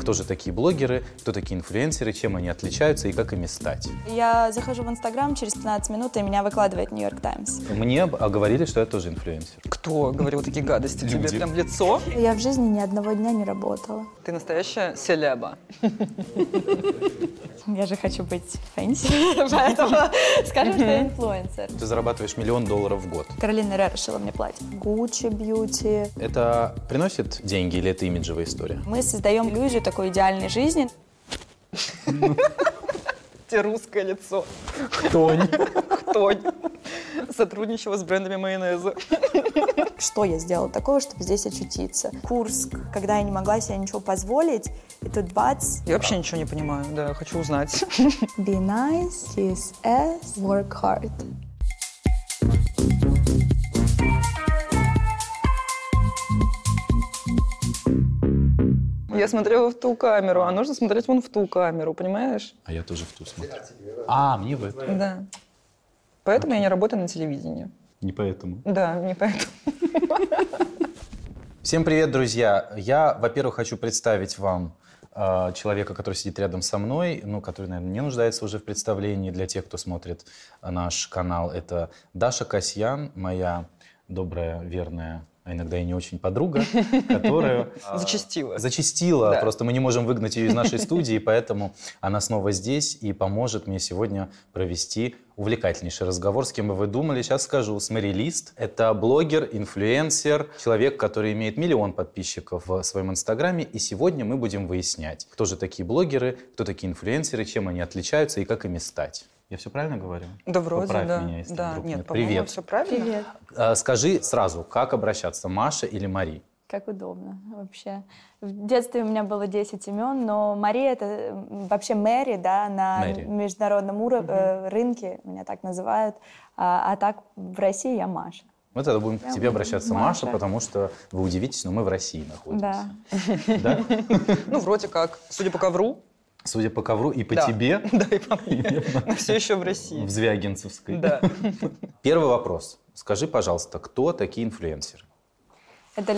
кто же такие блогеры, кто такие инфлюенсеры, чем они отличаются и как ими стать. Я захожу в Инстаграм, через 15 минут, и меня выкладывает Нью-Йорк Таймс. Мне говорили, что я тоже инфлюенсер. Кто говорил такие гадости тебе прям в лицо? Я в жизни ни одного дня не работала. Ты настоящая селеба. Я же хочу быть фэнси, поэтому скажем, что я инфлюенсер. Ты зарабатываешь $1 миллион в год. Каролина Herrera шила мне платье. Gucci Beauty. Это приносит деньги или это имиджевая история? Мы создаем иллюзию такой идеальной жизни. Тебе русское лицо. Хтонь. Хтонь. Сотрудничала с брендами майонеза. Что я сделала такого, чтобы здесь очутиться? Курск, когда я не могла себе ничего позволить, и тут бац. Я вообще ничего не понимаю, да, хочу узнать. Be nice, kiss ass, work hard. Я смотрела в ту камеру, а нужно смотреть вон в ту камеру, понимаешь? А я тоже в ту смотрю. А, мне в эту. Да. Поэтому я не работаю на телевидении. Не поэтому. Да, не поэтому. Всем привет, друзья! Я, во-первых, хочу представить вам человека, который сидит рядом со мной, который, наверное, не нуждается уже в представлении для тех, кто смотрит наш канал. Это Даша Касьян, моя добрая, верная, а иногда и не очень подруга, которая... Зачастила. Да. Просто мы не можем выгнать ее из нашей студии, поэтому она снова здесь и поможет мне сегодня провести увлекательнейший разговор. С кем бы вы думали? Сейчас скажу. С Мэри Лист. Это блогер, инфлюенсер, человек, который имеет 1 миллион подписчиков в своем инстаграме. И сегодня мы будем выяснять, кто же такие блогеры, кто такие инфлюенсеры, чем они отличаются и как ими стать. Я все правильно говорю? Да, вроде, Поправь да. меня, если да. вдруг Нет, нет. по-моему, Привет. Все правильно. Привет. Скажи сразу, как обращаться, Маша или Мари? Как удобно вообще. В детстве у меня было 10 имен, но Мария — это вообще Мэри, да, на Мэри. международном рынке, меня так называют, а так в России я Маша. Мы тогда будем к тебе обращаться, Маша, потому что вы удивитесь, но мы в России находимся. Да? Ну, вроде как. Судя по ковру. Судя по ковру и по тебе. Да, и по мне. Мы все еще в России. В Звягинцевской. Да. Первый вопрос. Скажи, пожалуйста, кто такие инфлюенсеры? Это...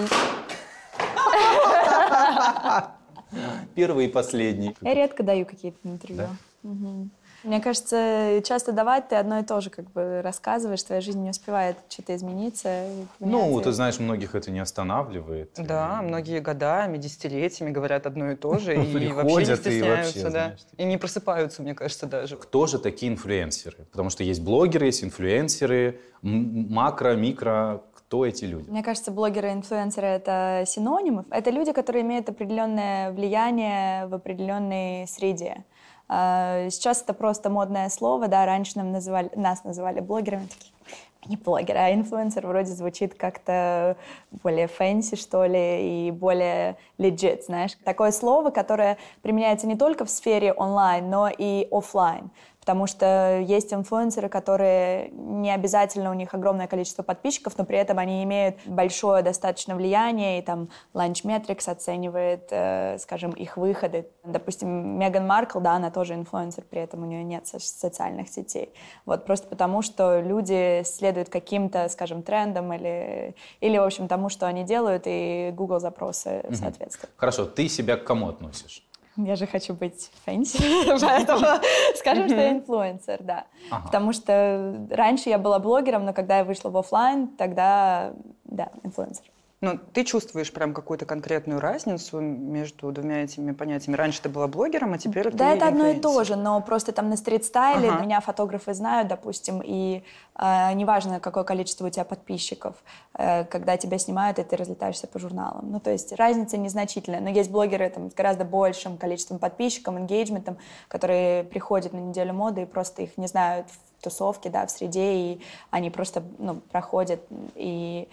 Первый и последний. Я редко даю какие-то интервью. Да? Угу. Мне кажется, часто давать ты одно и то же как бы рассказываешь, твоя жизнь не успевает что-то измениться. Ты знаешь, многих это не останавливает. Да, многие годами, десятилетиями говорят одно и то же, и вообще не Приходят стесняются, да. И не просыпаются, мне кажется, даже. Кто же такие инфлюенсеры? Потому что есть блогеры, есть инфлюенсеры, макро, микро. Кто эти люди? Мне кажется, блогеры и инфлюенсеры — это синонимы. Это люди, которые имеют определенное влияние в определенной среде. Сейчас это просто модное слово, да, раньше нас называли блогерами, такие, не блогеры, а инфлюенсер вроде звучит как-то более фэнси, что ли, и более legit, знаешь. Такое слово, которое применяется не только в сфере онлайн, но и офлайн. Потому что есть инфлюенсеры, которые не обязательно у них огромное количество подписчиков, но при этом они имеют большое достаточно влияние, и там Launchmetrics оценивает, скажем, их выходы. Допустим, Меган Маркл, да, она тоже инфлюенсер, при этом у нее нет социальных сетей. Вот, просто потому, что люди следуют каким-то, скажем, трендам или в общем, тому, что они делают, и Google запросы соответствуют. Хорошо, ты себя к кому относишь? Я же хочу быть фэнси, поэтому скажем, что я инфлюенсер, да. Потому что раньше я была блогером, но когда я вышла в офлайн, тогда, да, инфлюенсер. Но ты чувствуешь прям какую-то конкретную разницу между двумя этими понятиями? Раньше ты была блогером, а теперь ты Да, это одно и инфлюенсер. то же, но просто там на стрит-стайле меня фотографы знают, допустим, и неважно, какое количество у тебя подписчиков, когда тебя снимают, и ты разлетаешься по журналам. Ну, то есть разница незначительная, но есть блогеры там, с гораздо большим количеством подписчиков, энгейджментом, которые приходят на неделю моды и просто их не знают в тусовке, да, в среде, и они просто проходят и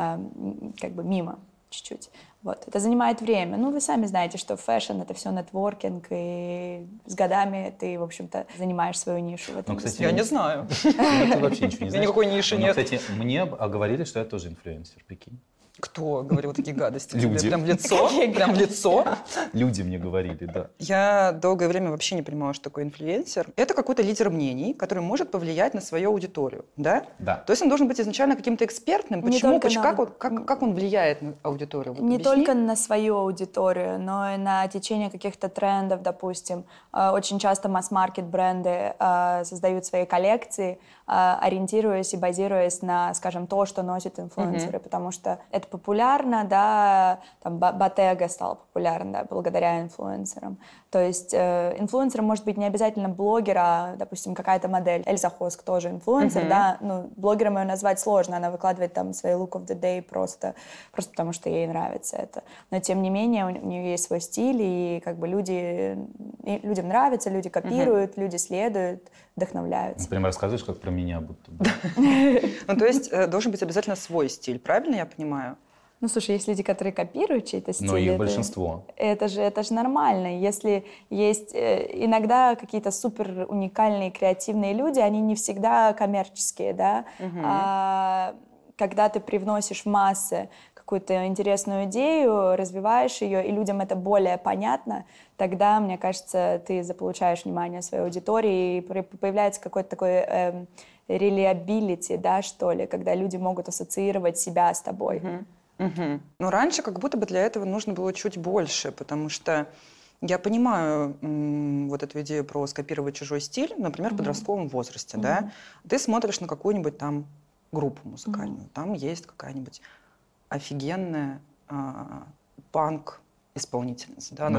как бы мимо чуть-чуть. Вот. Это занимает время. Ну, вы сами знаете, что фэшн — это все нетворкинг, и с годами ты, в общем-то, занимаешь свою нишу в этом. Кстати, я не знаю. Ты вообще ничего не знаешь. Никакой ниши нет. Кстати, мне говорили, что я тоже инфлюенсер, прикинь. Кто говорил такие гадости? Люди. Тебе прям в лицо? Прям в лицо? Люди мне говорили, да. Я долгое время вообще не понимала, что такое инфлюенсер. Это какой-то лидер мнений, который может повлиять на свою аудиторию, да? Да. То есть он должен быть изначально каким-то экспертным. Не Почему? только на Как он влияет на аудиторию? Вот не объясни. только на свою аудиторию, но и на течение каких-то трендов, допустим. Очень часто масс-маркет бренды создают свои коллекции, ориентируясь и базируясь на, скажем, то, что носят инфлюенсеры, потому что это популярно, да, там Bottega стал популярен, да, благодаря инфлюенсерам. То есть инфлюенсером может быть не обязательно блогер, а, допустим, какая-то модель. Эльза Хоск тоже инфлюенсер, да, ну, блогером ее назвать сложно, она выкладывает там свои look of the day просто потому, что ей нравится это. Но, тем не менее, у нее есть свой стиль, и как бы людям нравится, люди копируют, люди следуют, вдохновляются. Прямо рассказываешь, как про меня будто бы. Ну, то есть должен быть обязательно свой стиль, правильно я понимаю? Ну, слушай, есть люди, которые копируют чей-то стиль. Но их это, большинство. Это же нормально. Если есть иногда какие-то супер уникальные, креативные люди, они не всегда коммерческие, да. Когда ты привносишь в массы какую-то интересную идею, развиваешь ее, и людям это более понятно, тогда, мне кажется, ты заполучаешь внимание своей аудитории, и появляется какой-то такой reliability, да, что ли, когда люди могут ассоциировать себя с тобой. Но раньше как будто бы для этого нужно было чуть больше, потому что я понимаю вот эту идею про скопировать чужой стиль, например, в подростковом возрасте, да. Ты смотришь на какую-нибудь там группу музыкальную, там есть какая-нибудь офигенная панк-исполнительница, да,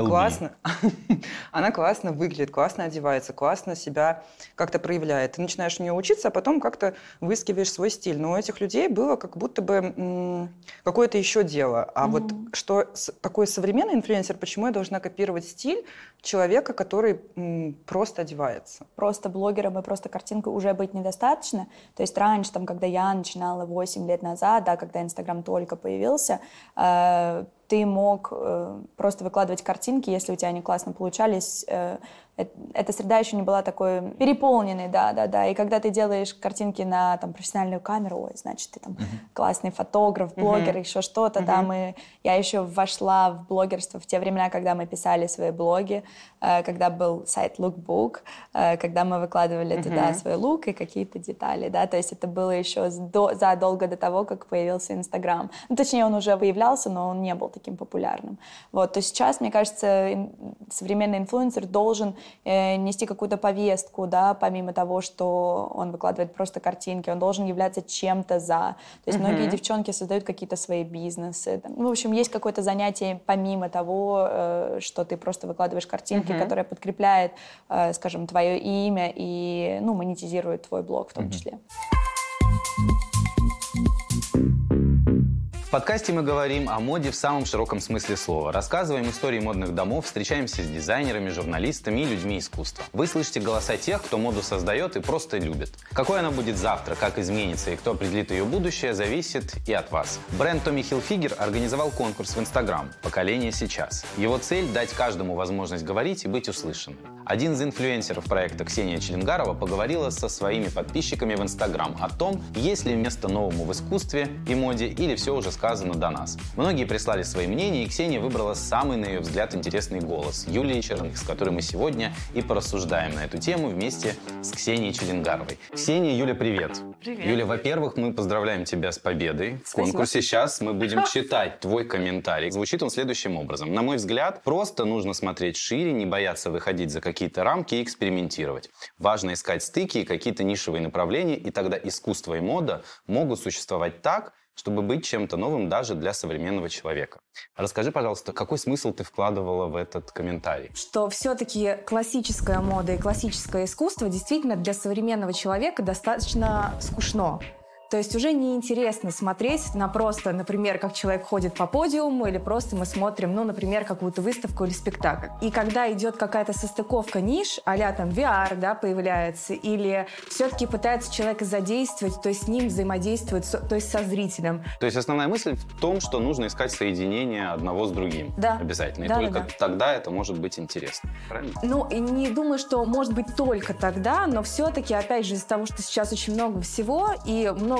она классно выглядит, классно одевается, классно себя как-то проявляет. Ты начинаешь у нее учиться, а потом как-то выискиваешь свой стиль. Но у этих людей было как будто бы какое-то еще дело. А вот что такой современный инфлюенсер, почему я должна копировать стиль человека, который просто одевается? Просто блогером и просто картинкой уже быть недостаточно. То есть раньше, там, когда я начинала 8 лет назад, да, когда Инстаграм только появился, ты мог просто выкладывать картинки, если у тебя они классно получались. Эта среда еще не была такой переполненной, да. И когда ты делаешь картинки на там, профессиональную камеру, ой, значит, ты там классный фотограф, блогер, еще что-то там. И я еще вошла в блогерство в те времена, когда мы писали свои блоги, когда был сайт Lookbook, когда мы выкладывали туда свой лук и какие-то детали, да. То есть это было еще задолго до того, как появился Инстаграм. Ну, точнее, он уже появлялся, но он не был таким популярным. Вот. То сейчас, мне кажется, современный инфлюенсер должен нести какую-то повестку, да, помимо того, что он выкладывает просто картинки, он должен являться чем-то за. То есть многие девчонки создают какие-то свои бизнесы. Ну, в общем, есть какое-то занятие помимо того, что ты просто выкладываешь картинки, которое подкрепляет, скажем, твое имя и, ну, монетизирует твой блог в том числе. В подкасте мы говорим о моде в самом широком смысле слова. Рассказываем истории модных домов, встречаемся с дизайнерами, журналистами и людьми искусства. Вы слышите голоса тех, кто моду создает и просто любит. Какой она будет завтра, как изменится и кто определит ее будущее, зависит и от вас. Бренд Tommy Hilfiger организовал конкурс в Instagram «Поколение сейчас». Его цель – дать каждому возможность говорить и быть услышанным. Один из инфлюенсеров проекта, Ксения Челенгарова, поговорила со своими подписчиками в Instagram о том, есть ли место новому в искусстве и моде или все уже сказано до нас. Многие прислали свои мнения, и Ксения выбрала самый, на ее взгляд, интересный голос – Юлии Черных, с которой мы сегодня и порассуждаем на эту тему вместе с Ксенией Челенгаровой. Ксения, Юля, привет! Привет! Юля, во-первых, мы поздравляем тебя с победой в конкурсе. Сейчас мы будем читать твой комментарий. Звучит он следующим образом. На мой взгляд, просто нужно смотреть шире, не бояться выходить за какие-то рамки и экспериментировать. Важно искать стыки и какие-то нишевые направления, и тогда искусство и мода могут существовать так, чтобы быть чем-то новым даже для современного человека. Расскажи, пожалуйста, какой смысл ты вкладывала в этот комментарий? Что все-таки классическая мода и классическое искусство действительно для современного человека достаточно скучно. То есть уже неинтересно смотреть на просто, например, как человек ходит по подиуму, или просто мы смотрим, ну, например, какую-то выставку или спектакль. И когда идет какая-то состыковка ниш, а-ля там VR, да, появляется, или все-таки пытается человека задействовать, то есть с ним взаимодействует, то есть со зрителем. То есть основная мысль в том, что нужно искать соединение одного с другим. Да. Обязательно. И да, только да. тогда это может быть интересно. Правильно? Ну, и не думаю, что может быть только тогда, но все-таки, опять же, из-за того, что сейчас очень много всего, и много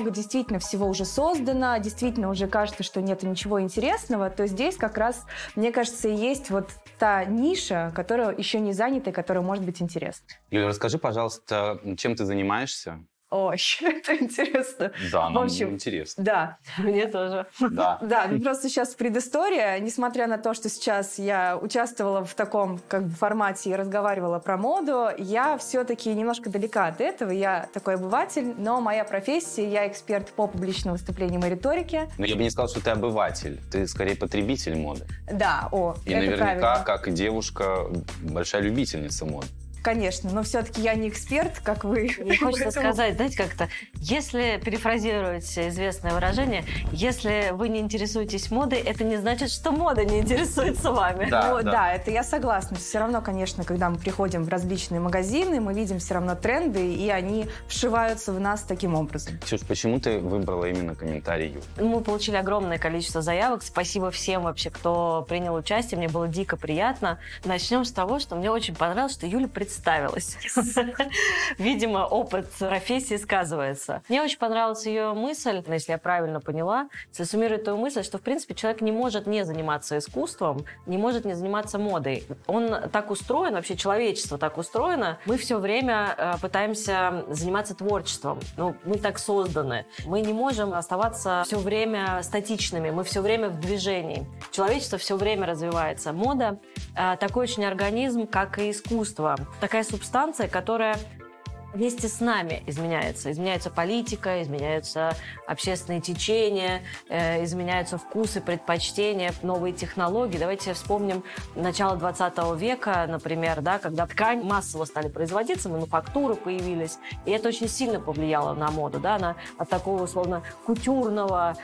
много действительно всего уже создано, действительно уже кажется, что нет ничего интересного, то здесь как раз, мне кажется, и есть вот та ниша, которая еще не занята и которая может быть интересна. Юля, расскажи, пожалуйста, чем ты занимаешься? Ой, это интересно. Да, нам в общем, интересно. Да. Мне тоже. Да. Да, просто сейчас предыстория. Несмотря на то, что сейчас я участвовала в таком формате и разговаривала про моду, я все-таки немножко далека от этого. Я такой обыватель, но моя профессия, я эксперт по публичным выступлениям и риторике. Но я бы не сказал, что ты обыватель. Ты скорее потребитель моды. Да, И это наверняка, правильно. как и девушка, большая любительница моды. Конечно, но все-таки я не эксперт, как вы. Мне хочется сказать, знаете, как-то, если перефразировать известное выражение, если вы не интересуетесь модой, это не значит, что мода не интересуется вами. Да, это я согласна. Все равно, конечно, когда мы приходим в различные магазины, мы видим все равно тренды, и они вшиваются в нас таким образом. Ксюш, почему ты выбрала именно комментарий Юли? Мы получили огромное количество заявок. Спасибо всем вообще, кто принял участие. Мне было дико приятно. Начнем с того, что мне очень понравилось, что Юля представилась. Видимо, опыт профессии сказывается. Мне очень понравилась ее мысль, если я правильно поняла, если суммировать твою мысль, что, в принципе, человек не может не заниматься искусством, не может не заниматься модой. Он так устроен, вообще человечество так устроено. Мы все время пытаемся заниматься творчеством. Ну, мы так созданы. Мы не можем оставаться все время статичными. Мы все время в движении. Человечество все время развивается. Мода такой очень организм, как и искусство. Такая субстанция, которая вместе с нами изменяется. Изменяется политика, изменяются общественные течения, изменяются вкусы, предпочтения, новые технологии. Давайте вспомним начало 20 века, например, да, когда ткань массово стали производиться, мануфактуры появились, и это очень сильно повлияло на моду. Да, она от такого, условно, кутюрного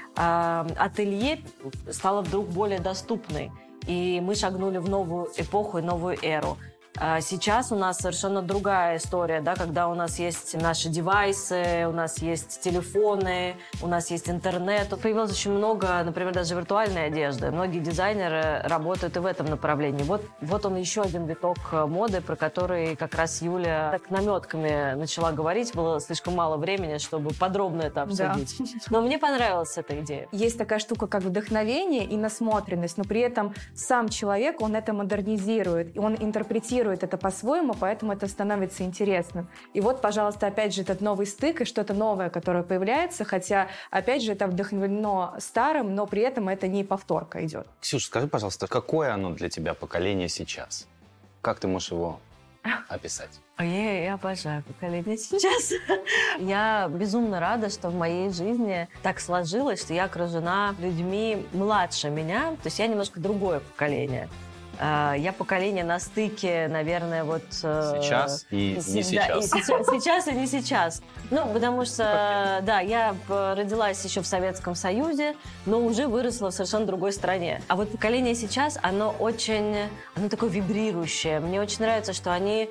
ателье стала вдруг более доступной. И мы шагнули в новую эпоху и новую эру. Сейчас у нас совершенно другая история, да, когда у нас есть наши девайсы, у нас есть телефоны, у нас есть интернет. Тут появилось очень много, например, даже виртуальной одежды. Многие дизайнеры работают и в этом направлении. Вот он еще один виток моды, про который как раз Юля так намётками начала говорить. Было слишком мало времени, чтобы подробно это обсудить. Да. Но мне понравилась эта идея. Есть такая штука, как вдохновение и насмотренность, но при этом сам человек, он это модернизирует, и он интерпретирует это по-своему, поэтому это становится интересным. И вот, пожалуйста, опять же, этот новый стык и что-то новое, которое появляется, хотя, опять же, это вдохновлено старым, но при этом это не повторка идет. Ксюша, скажи, пожалуйста, какое оно для тебя поколение сейчас? Как ты можешь его описать? Я обожаю поколение сейчас. Я безумно рада, что в моей жизни так сложилось, что я окружена людьми младше меня, то есть я немножко другое поколение. Я поколение на стыке, наверное, вот... Сейчас и не сейчас. Да, сейчас и не сейчас. Ну, потому что, да, я родилась еще в Советском Союзе, но уже выросла в совершенно другой стране. А вот поколение сейчас, оно такое вибрирующее. Мне очень нравится, что они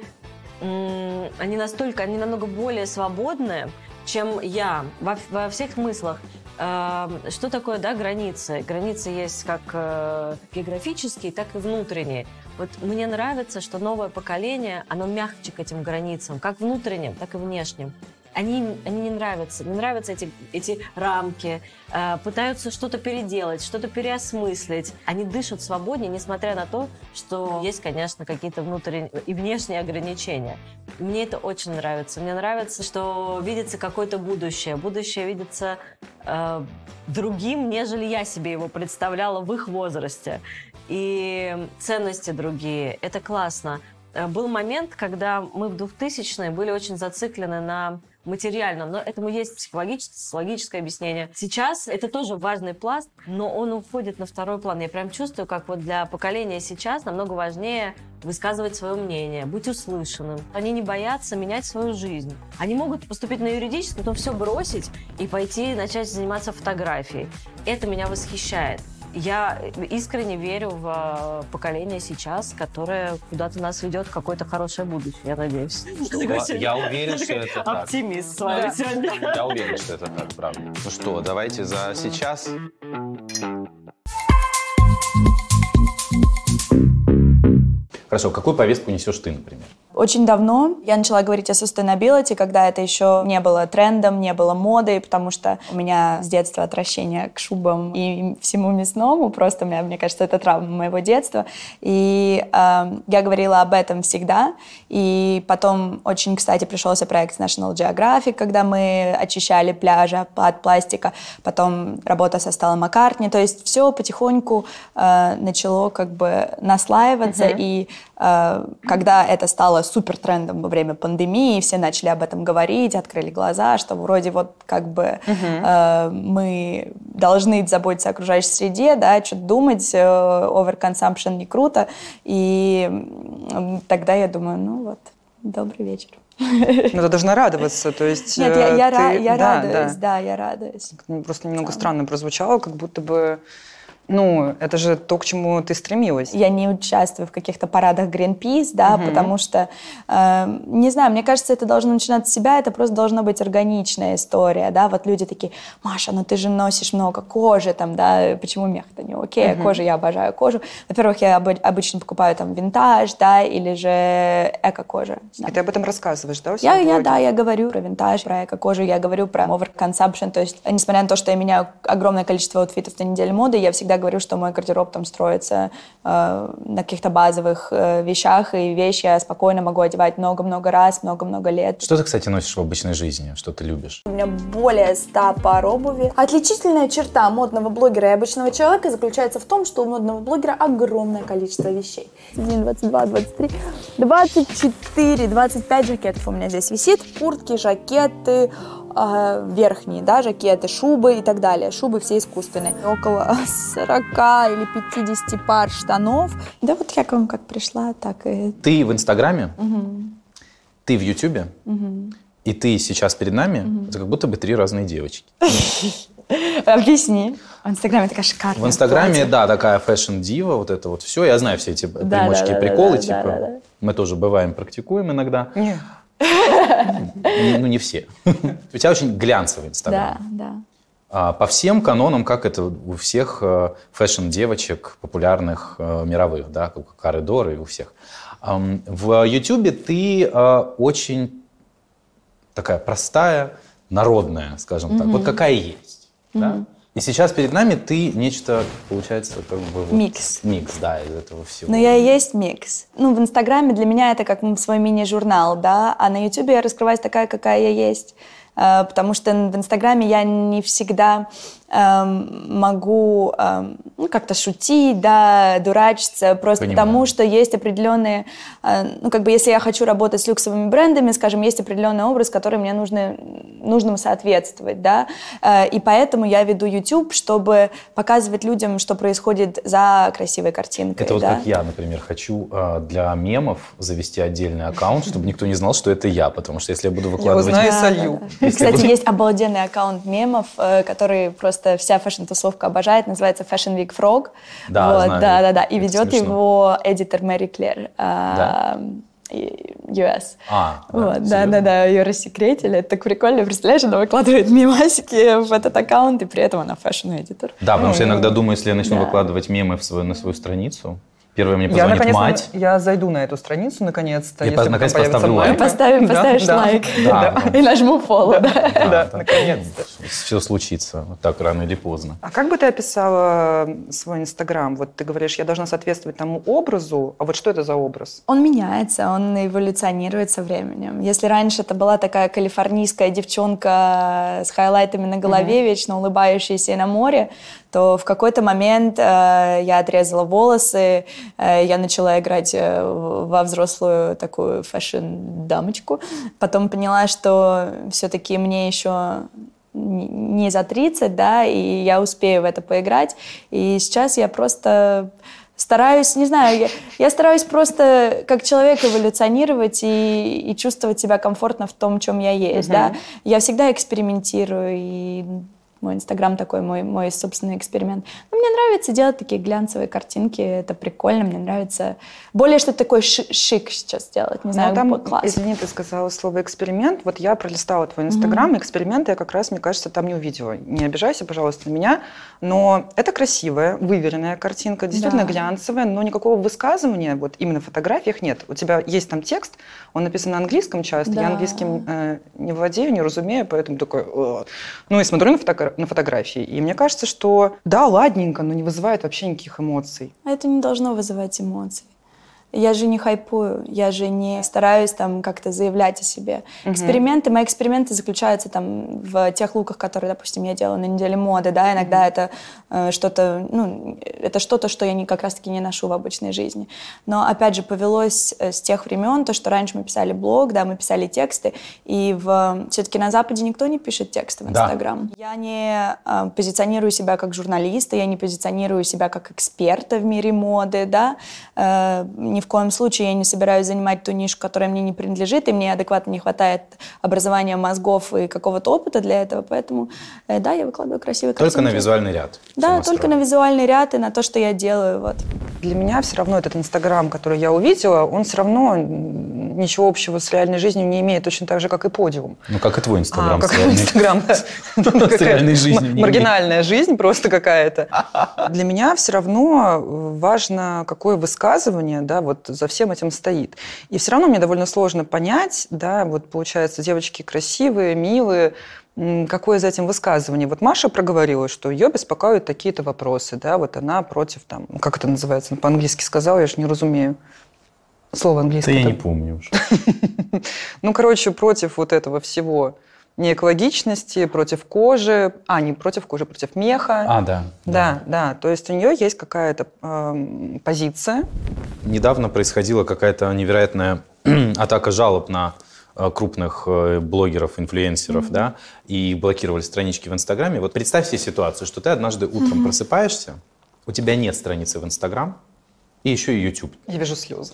намного более свободны, чем я во всех смыслах. Что такое, да, границы? Границы есть как географические, так и внутренние. Вот мне нравится, что новое поколение, оно мягче к этим границам, как внутренним, так и внешним. Они не нравятся. Не нравятся эти рамки. Пытаются что-то переделать, что-то переосмыслить. Они дышат свободнее, несмотря на то, что есть, конечно, какие-то внутренние и внешние ограничения. Мне это очень нравится. Мне нравится, что видится какое-то будущее. Будущее видится другим, нежели я себе его представляла в их возрасте. И ценности другие. Это классно. Был момент, когда мы в 2000-е были очень зациклены на материальном, но этому есть психологическое, социологическое объяснение. Сейчас это тоже важный пласт, но он уходит на второй план. Я прям чувствую, как вот для поколения сейчас намного важнее высказывать свое мнение, быть услышанным. Они не боятся менять свою жизнь. Они могут поступить на юридическом, потом все бросить и пойти начать заниматься фотографией. Это меня восхищает. Я искренне верю в поколение сейчас, которое куда-то нас ведет в какое-то хорошее будущее, я надеюсь. Я уверен, что это так. Оптимист с вами сегодня. Я уверен, что это так, правда. Ну что, давайте за сейчас. Хорошо, какую повестку несешь ты, например? Очень давно я начала говорить о sustainability, когда это еще не было трендом, не было модой, потому что у меня с детства отвращение к шубам и всему мясному. Просто мне кажется, это травма моего детства. И я говорила об этом всегда. И потом очень, кстати, пришелся проект National Geographic, когда мы очищали пляжи от пластика. Потом работа со Стеллой Маккартни. То есть все потихоньку начало как бы наслаиваться. И когда это стало супер трендом во время пандемии, все начали об этом говорить, открыли глаза, что вроде вот как бы мы должны заботиться о окружающей среде, да, что-то думать, overconsumption не круто. И тогда я думаю, ну вот, добрый вечер. Ну, ты должна радоваться, то есть... Нет, я радуюсь, да, я радуюсь. Просто немного странно прозвучало, как будто бы... Ну, это же то, к чему ты стремилась. Я не участвую в каких-то парадах Greenpeace, да, потому что, не знаю, мне кажется, это должно начинаться с себя, это просто должна быть органичная история, да, вот люди такие, Маша, ну ты же носишь много кожи, там, да, почему мех-то не окей, кожа, я обожаю кожу. Во-первых, я обычно покупаю там винтаж, да, или же эко-кожа. Да. И ты об этом рассказываешь, да, у себя в блоге? Да, я говорю про винтаж, про эко-кожу, я говорю про overconsumption, то есть, несмотря на то, что я меняю огромное количество аутфитов на неделю моды, я всегда говорю, что мой гардероб там строится на каких-то базовых вещах, и вещи я спокойно могу одевать много-много раз, много-много лет. Что ты, кстати, носишь в обычной жизни? Что ты любишь? У меня более 100 пар обуви. Отличительная черта модного блогера и обычного человека заключается в том, что у модного блогера огромное количество вещей. 21, 22, 23, 24, 25 жакетов у меня здесь висит. Куртки, жакеты, верхние, да, жакеты, шубы и так далее. Шубы все искусственные. Около 40 или 50 пар штанов. Да вот я к вам как пришла, так и... Ты в Инстаграме, ты в Ютубе, и ты сейчас перед нами. Это как будто бы 3 разные девочки. Объясни. В Инстаграме такая шикарная. В Инстаграме, да, такая фэшн-дива, вот это вот все. Я знаю все эти примочки и приколы, типа. Мы тоже бываем, практикуем иногда. Нет. Ну, не все. У тебя очень глянцевый Инстаграм. Да. По всем канонам, как это у всех фэшн-девочек популярных мировых, да, как у Кары Доры и у всех. В Ютубе ты очень такая простая, народная, скажем так, вот какая есть. Да? И сейчас перед нами ты нечто, получается, как бы... Вот, микс. Микс, да, из этого всего. Но я и есть микс. Ну, в Инстаграме для меня это как свой мини-журнал, да, а на Ютубе я раскрываюсь такая, какая я есть. Потому что в Инстаграме я не всегда могу как-то шутить, да, дурачиться, просто потому что есть определенные, ну, как бы, если я хочу работать с люксовыми брендами, скажем, есть определенный образ, который мне нужно соответствовать, да, и поэтому я веду YouTube, чтобы показывать людям, что происходит за красивой картинкой. Это вот да? как я, например, хочу для мемов завести отдельный аккаунт, чтобы никто не знал, что это я, потому что если я буду выкладывать... Я узнаю и солью. Кстати, есть обалденный аккаунт мемов, который просто вся фэшн-тусовка обожает, называется Fashion Week Frog. Да, вот, знаю. Да. И это ведет смешно. его эдитор Мэри Клэр. US. Да, ее рассекретили. Это так прикольно, представляешь, она выкладывает мемасики в этот аккаунт, и при этом она фэшн-эдитор. Да, потому что я иногда думаю, если я начну выкладывать мемы на свою страницу, первое мне Я, позвонит мать. Я зайду на эту страницу наконец-то. Я если наконец там поставлю появится лайк. Поставишь лайк. Да. И нажму follow. Да, наконец-то. Все случится вот так рано или поздно. А как бы ты описала свой Инстаграм? Вот ты говоришь, я должна соответствовать тому образу, а вот что это за образ? Он меняется, он эволюционирует со временем. Если раньше это была такая калифорнийская девчонка с хайлайтами на голове, вечно улыбающаяся и на море, то в какой-то момент я отрезала волосы, я начала играть во взрослую такую фэшн-дамочку. Потом поняла, что все-таки мне еще не за 30, да, и я успею в это поиграть. И сейчас я просто стараюсь, не знаю, я стараюсь просто как человек эволюционировать и чувствовать себя комфортно в том, чем я есть, да. Я всегда экспериментирую, и Мой Инстаграм такой, мой собственный эксперимент. Но мне нравится делать такие глянцевые картинки, это прикольно, мне нравится. Более что-то такое шик сейчас делать, не знаю, там, класс. извини, ты сказала слово «эксперимент». Вот я пролистала твой Инстаграм, эксперименты я как раз, мне кажется, там не увидела. Не обижайся, пожалуйста, на меня. Но это красивая, выверенная картинка, действительно глянцевая, но никакого высказывания вот именно в фотографиях нет. У тебя есть там текст, он написан на английском часто, я английским не владею, не разумею, поэтому такой... Ну и смотрю на фотографии, и мне кажется, что да, ладненько, но не вызывает вообще никаких эмоций. А это не должно вызывать эмоций. Я же не хайпую, я же не стараюсь там как-то заявлять о себе. Мои эксперименты заключаются там в тех луках, которые, допустим, я делаю на неделе моды, да, иногда это что-то, это что-то, что я как раз-таки не ношу в обычной жизни. Но, опять же, повелось с тех времен, то, что раньше мы писали блог, да, мы писали тексты, и все-таки на Западе никто не пишет тексты в Инстаграм. Я не позиционирую себя как журналиста, я не позиционирую себя как эксперта в мире моды, да, ни в коем случае я не собираюсь занимать ту нишу, которая мне не принадлежит, и мне адекватно не хватает образования мозгов и какого-то опыта для этого, поэтому, да, я выкладываю красивые картинки. Только на визуальный ряд? Да, только на визуальный ряд и на то, что я делаю, вот. Для меня все равно этот Инстаграм, который я увидела, он все равно ничего общего с реальной жизнью не имеет, точно так же, как и подиум. Ну, как и твой Инстаграм. Как и твой Инстаграм, да. С реальной жизнью. Маргинальная жизнь просто какая-то. Для меня все равно важно, какое высказывание, да, вот за всем этим стоит. И все равно мне довольно сложно понять, да, вот получается, девочки красивые, милые, какое за этим высказывание. Вот Маша проговорила, что ее беспокоят такие-то вопросы, да, вот она против, там, как это называется, по-английски сказала, я же не разумею. Слово английское. Да я не помню уже. Ну, короче, против вот этого всего. Неэкологичности, против кожи, не против кожи, против меха. Да. То есть у нее есть какая-то позиция. Недавно происходила какая-то невероятная атака жалоб на крупных блогеров, инфлюенсеров, да, и блокировали странички в Инстаграме. Вот представь себе ситуацию, что ты однажды утром просыпаешься, у тебя нет страницы в Инстаграм, и еще и YouTube. Я вижу слезы.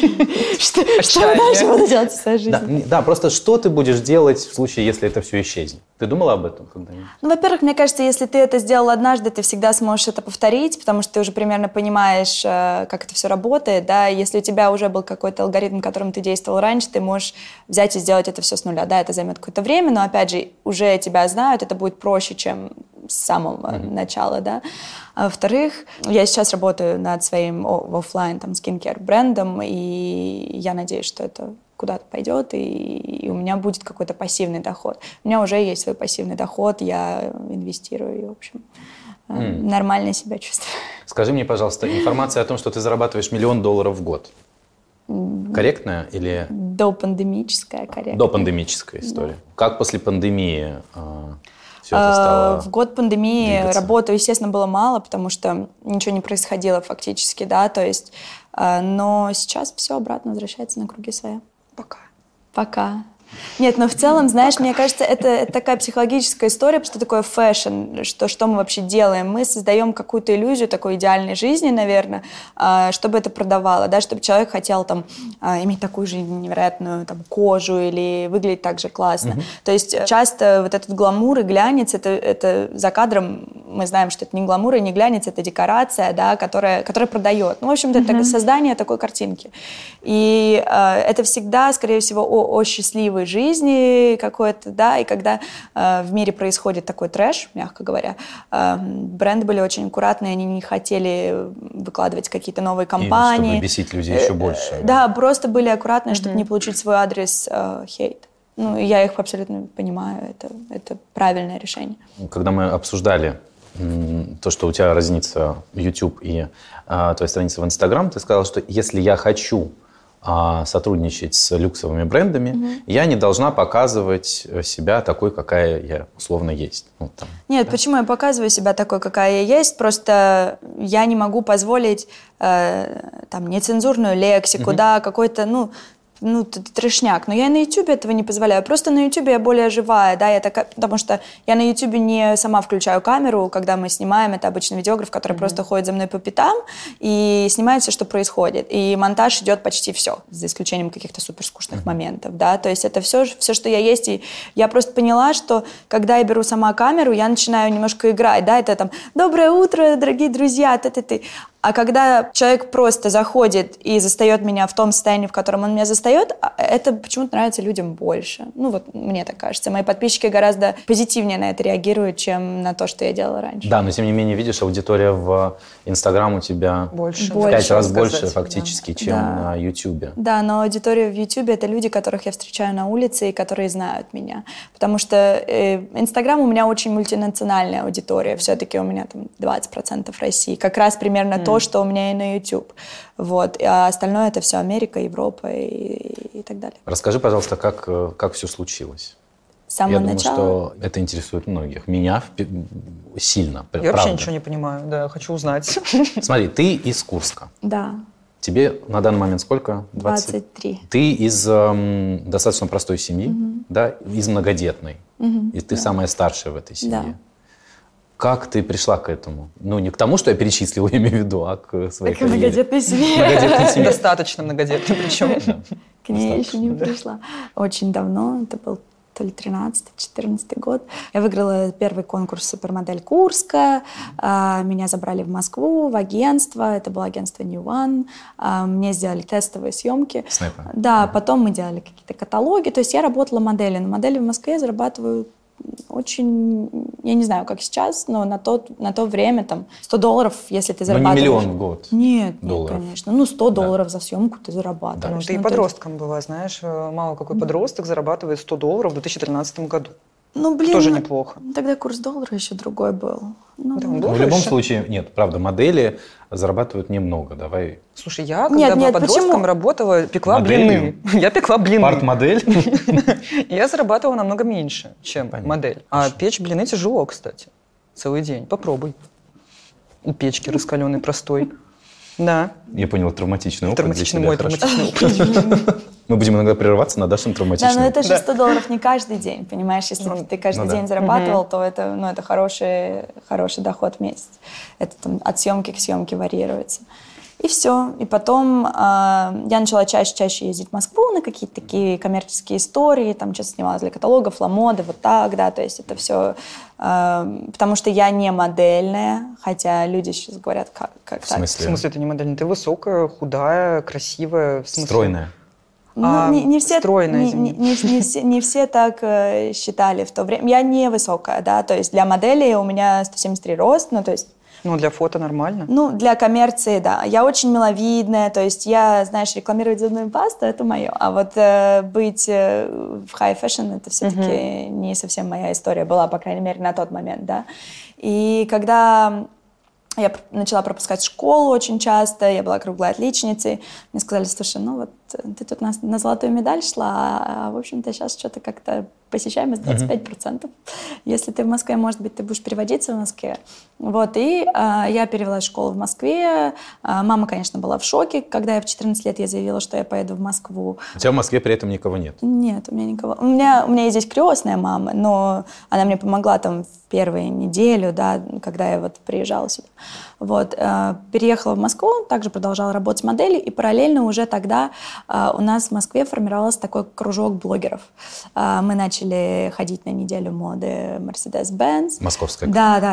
Что я дальше буду делать в своей жизни? Да, просто что ты будешь делать в случае, если это все исчезнет? Ты думала об этом когда-нибудь? Ну, во-первых, мне кажется, если ты это сделал однажды, ты всегда сможешь это повторить, потому что ты уже примерно понимаешь, как это все работает, да, если у тебя уже был какой-то алгоритм, которым ты действовал раньше, ты можешь взять и сделать это все с нуля, да, это займет какое-то время, но, опять же, уже тебя знают, это будет проще, чем с самого начала, да. А во-вторых, я сейчас работаю над своим офлайн там skincare брендом, и я надеюсь, что это куда-то пойдет, и у меня будет какой-то пассивный доход. У меня уже есть свой пассивный доход, я инвестирую, и, в общем, нормально себя чувствую. Скажи мне, пожалуйста, информация о том, что ты зарабатываешь $1 000 000 в год, корректная или... Допандемическая, корректная. Допандемическая история. Да. Как после пандемии все это стало в год пандемии двигаться? Работы, естественно, было мало, потому что ничего не происходило фактически, да, то есть, но сейчас все обратно возвращается на круги своя. Пока. Нет, но в целом, знаешь, мне кажется, это такая психологическая история, что такое фэшн, что мы вообще делаем. Мы создаем какую-то иллюзию такой идеальной жизни, наверное, чтобы это продавало, да, чтобы человек хотел там иметь такую же невероятную там кожу или выглядеть так же классно. То есть часто вот этот гламур и глянец, это за кадром мы знаем, что это не гламур и не глянец, это декорация, да, которая продает. Ну, в общем-то, это создание такой картинки. И это всегда, скорее всего, о счастливой жизни какой-то, да, и когда в мире происходит такой трэш, мягко говоря, бренды были очень аккуратные, они не хотели выкладывать какие-то новые кампании. Чтобы бесить людей еще больше. Да, просто были аккуратны, чтобы не получить свой адрес хейт. Ну, я их абсолютно понимаю, это правильное решение. Когда мы обсуждали то, что у тебя разнится YouTube и твоя страница в Instagram, ты сказала, что если я хочу сотрудничать с люксовыми брендами, я не должна показывать себя такой, какая я условно есть. Ну, там, Нет, да? Почему я показываю себя такой, какая я есть? Просто я не могу позволить там нецензурную лексику, да, какой-то, ну, трешняк. Но я и на Ютубе этого не позволяю. Просто на Ютубе я более живая, да, потому что я на Ютубе не сама включаю камеру, когда мы снимаем, это обычно видеограф, который просто ходит за мной по пятам и снимает все, что происходит. И монтаж идет почти все, за исключением каких-то суперскучных моментов, да, то есть это все, что я есть, и я просто поняла, что когда я беру сама камеру, я начинаю немножко играть, да, это там «Доброе утро, дорогие друзья», ты-ты-ты. А когда человек просто заходит и застает меня в том состоянии, в котором он меня застает, это почему-то нравится людям больше. Ну вот мне так кажется. Мои подписчики гораздо позитивнее на это реагируют, чем на то, что я делала раньше. Да, но тем не менее, видишь, аудитория в Инстаграм у тебя Больше. в 5 раз больше сказать, фактически, чем на Ютубе. Да, но аудитория в Ютубе — это люди, которых я встречаю на улице и которые знают меня. Потому что Инстаграм у меня очень мультинациональная аудитория. Все-таки у меня там 20% России. Как раз примерно то, что у меня и на YouTube. Вот. А остальное — это все Америка, Европа и так далее. Расскажи, пожалуйста, как все случилось? С самого Я думаю, начала. что это интересует многих. Меня сильно, Я правда. вообще ничего не понимаю, да, хочу узнать. Смотри, ты из Курска. Да, Тебе на данный момент сколько? 23. Ты из достаточно простой семьи, да, из многодетной. И ты самая старшая в этой семье. Да. Как ты пришла к этому? Ну, не к тому, что я перечислил, я имею в виду, а к своей К карьере. многодетной семье. Многодетной семье. Достаточно многодетной причем. К ней еще не пришла. Очень давно, это был то ли 13-14 год. Я выиграла первый конкурс «Супермодель Курска». Меня забрали в Москву, в агентство. Это было агентство New One. Мне сделали тестовые съемки. Снэпы. Да, потом мы делали какие-то каталоги. То есть я работала моделью. Но модели в Москве зарабатывают очень, я не знаю, как сейчас, но на то время там $100, если ты зарабатываешь. Ну, не миллион в год. Нет, долларов. конечно. Ну, $100 за съемку ты зарабатываешь. Ну, ты и Ну, то есть- подростком была, знаешь, мало какой подросток зарабатывает $100 в 2013 году. Ну, блин, Тоже неплохо. Тогда курс доллара еще другой был. Ну, Да, он Ну, был в любом выше. случае, нет, правда, модели зарабатывают немного. Давай. Слушай, я когда Нет, была нет, подростком, почему? работала, пекла Моделью? блины. Я пекла блины. Парт-модель? И я зарабатывала намного меньше, чем Понятно. модель. А печь блины тяжело, кстати. Целый день. Попробуй. У печки раскаленной, простой. Да. Я понял, травматичный опыт для Травматичный тебя. мой, Хорошо. травматичный опыт. Мы будем иногда прерываться на Дашин Да, травматичный но это опыт. же $100 не каждый день, понимаешь? Если Ну, бы ты каждый ну да. день зарабатывал, то это, ну, это хороший доход в месяц. Это там от съемки к съемке варьируется. И все. И потом я начала чаще ездить в Москву на какие-то такие коммерческие истории, там часто снималась для каталогов, Ламоды, вот так, да, то есть это все, потому что я не модельная, хотя люди сейчас говорят, как В так. В смысле? смысле, ты не модельная? Ты высокая, худая, красивая. В смысле? Стройная. Ну, не все, стройная, извини. не все так считали в то время. Я не высокая, да, то есть для модели у меня 173 рост, ну, то есть Ну, для фото нормально. ну, для коммерции, да. Я очень миловидная, то есть я, знаешь, рекламировать зубную пасту — это мое. А вот быть в high fashion — это все-таки не совсем моя история была, по крайней мере, на тот момент, да. И когда я начала пропускать школу очень часто, я была круглой отличницей, мне сказали: слушай, ну вот ты тут на золотую медаль шла, а в общем-то сейчас что-то как-то посещаемость 25%. Если ты в Москве, может быть, ты будешь переводиться в Москве. Вот, и я перевелась в школу в Москве. Мама, конечно, была в шоке, когда я в 14 лет я заявила, что я поеду в Москву. У тебя в Москве при этом никого нет. Нет, у меня никого. У меня есть здесь крестная мама, но она мне помогла там в первую неделю, да, когда я вот приезжала сюда. Вот, переехала в Москву, также продолжала работать моделью, и параллельно уже тогда у нас в Москве формировался такой кружок блогеров. Мы начали ходить на неделю моды Mercedes-Benz. Московская.